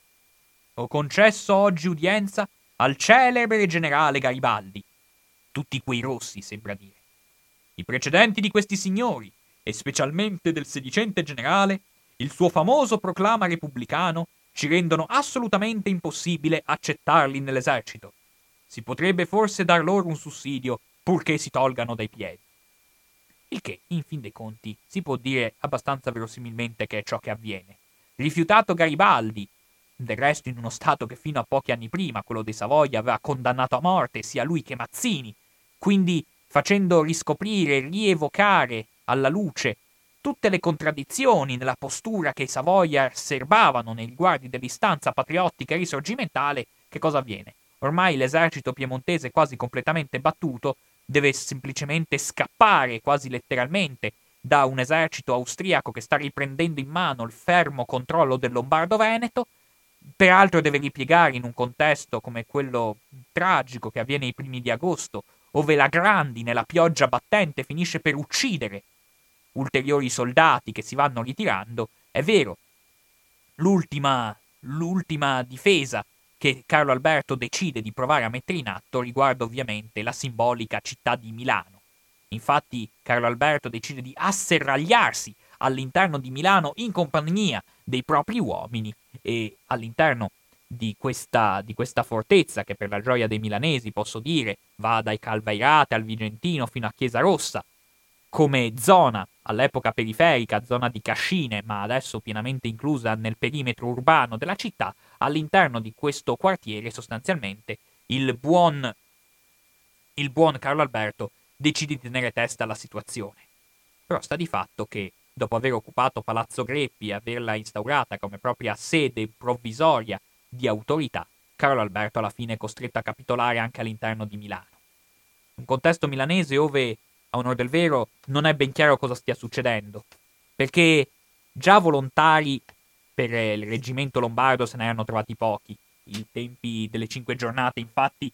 ho concesso oggi udienza al celebre generale Garibaldi. Tutti quei rossi, sembra dire. I precedenti di questi signori, e specialmente del sedicente generale, il suo famoso proclama repubblicano, ci rendono assolutamente impossibile accettarli nell'esercito. Si potrebbe forse dar loro un sussidio, purché si tolgano dai piedi. Il che, in fin dei conti, si può dire abbastanza verosimilmente che è ciò che avviene. Rifiutato Garibaldi, del resto in uno stato che fino a pochi anni prima, quello dei Savoia, aveva condannato a morte sia lui che Mazzini, quindi facendo riscoprire e rievocare alla luce tutte le contraddizioni nella postura che i Savoia serbavano nei riguardi dell'istanza patriottica e risorgimentale, che cosa avviene? Ormai l'esercito piemontese quasi completamente battuto deve semplicemente scappare quasi letteralmente da un esercito austriaco che sta riprendendo in mano il fermo controllo del Lombardo-Veneto. Peraltro deve ripiegare in un contesto come quello tragico che avviene ai primi di agosto, ove la grandine, la pioggia battente finisce per uccidere ulteriori soldati che si vanno ritirando. È vero, l'ultima difesa che Carlo Alberto decide di provare a mettere in atto riguarda ovviamente la simbolica città di Milano. Infatti Carlo Alberto decide di asserragliarsi all'interno di Milano in compagnia dei propri uomini e all'interno di questa fortezza che per la gioia dei milanesi, posso dire, va dai Calvairate al Vigentino fino a Chiesa Rossa, come zona all'epoca periferica, zona di Cascine, ma adesso pienamente inclusa nel perimetro urbano della città. All'interno di questo quartiere sostanzialmente il buon Carlo Alberto decide di tenere testa alla situazione. Però sta di fatto che, dopo aver occupato Palazzo Greppi e averla instaurata come propria sede provvisoria di autorità, Carlo Alberto alla fine è costretto a capitolare anche all'interno di Milano. Un contesto milanese ove, a onor del vero, non è ben chiaro cosa stia succedendo, perché già volontari per il reggimento lombardo se ne erano trovati pochi. I tempi delle 5 giornate, infatti,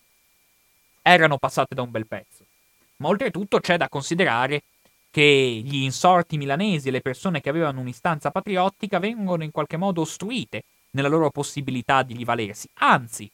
erano passate da un bel pezzo. Ma oltretutto c'è da considerare che gli insorti milanesi e le persone che avevano un'istanza patriottica vengono in qualche modo ostruite nella loro possibilità di rivalersi. Anzi,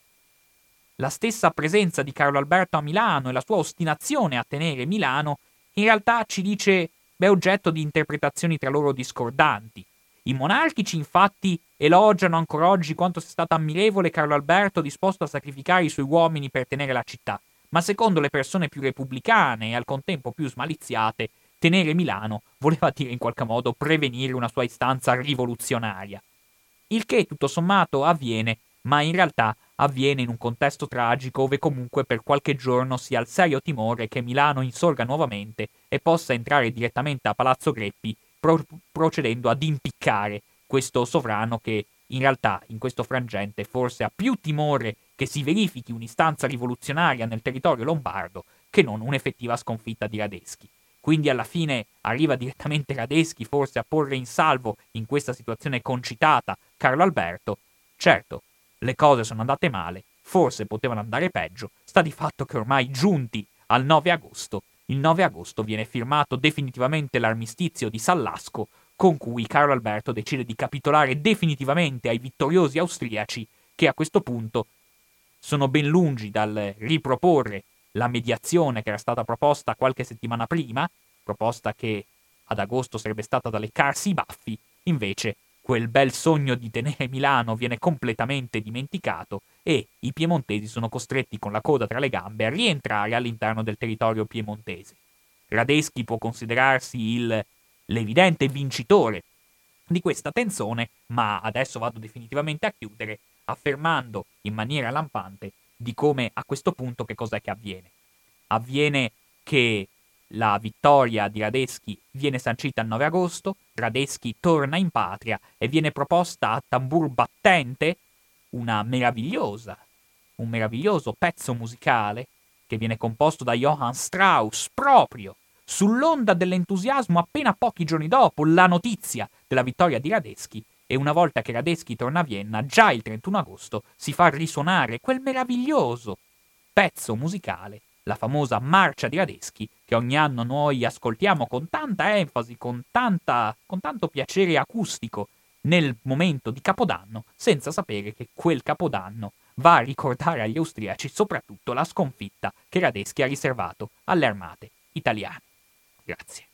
la stessa presenza di Carlo Alberto a Milano e la sua ostinazione a tenere Milano in realtà ci dice è oggetto di interpretazioni tra loro discordanti. I monarchici infatti elogiano ancora oggi quanto sia stato ammirevole Carlo Alberto disposto a sacrificare i suoi uomini per tenere la città, ma secondo le persone più repubblicane e al contempo più smaliziate, tenere Milano voleva dire in qualche modo prevenire una sua istanza rivoluzionaria. Il che tutto sommato avviene, ma in realtà avviene in un contesto tragico ove comunque per qualche giorno si ha il serio timore che Milano insorga nuovamente e possa entrare direttamente a Palazzo Greppi procedendo ad impiccare questo sovrano che in realtà in questo frangente forse ha più timore che si verifichi un'istanza rivoluzionaria nel territorio lombardo che non un'effettiva sconfitta di Radeschi. Quindi alla fine arriva direttamente Radeschi forse a porre in salvo in questa situazione concitata Carlo Alberto. Certo, le cose sono andate male, forse potevano andare peggio, sta di fatto che ormai giunti al 9 agosto, il 9 agosto viene firmato definitivamente l'armistizio di Sallasco, con cui Carlo Alberto decide di capitolare definitivamente ai vittoriosi austriaci, che a questo punto sono ben lungi dal riproporre la mediazione che era stata proposta qualche settimana prima, proposta che ad agosto sarebbe stata da leccarsi i baffi. Invece quel bel sogno di tenere Milano viene completamente dimenticato e i piemontesi sono costretti con la coda tra le gambe a rientrare all'interno del territorio piemontese. Radeschi può considerarsi l'evidente vincitore di questa tenzone, ma adesso vado definitivamente a chiudere affermando in maniera lampante di come a questo punto che cos'è che avviene. Avviene che La vittoria di Radetzky viene sancita il 9 agosto, Radetzky torna in patria e viene proposta a tambur battente un meraviglioso pezzo musicale che viene composto da Johann Strauss proprio sull'onda dell'entusiasmo appena pochi giorni dopo la notizia della vittoria di Radetzky, e una volta che Radetzky torna a Vienna, già il 31 agosto, si fa risuonare quel meraviglioso pezzo musicale, la famosa Marcia di Radetzky, che ogni anno noi ascoltiamo con tanta enfasi, con tanto piacere acustico nel momento di Capodanno, senza sapere che quel Capodanno va a ricordare agli austriaci soprattutto la sconfitta che Radetzky ha riservato alle armate italiane. Grazie.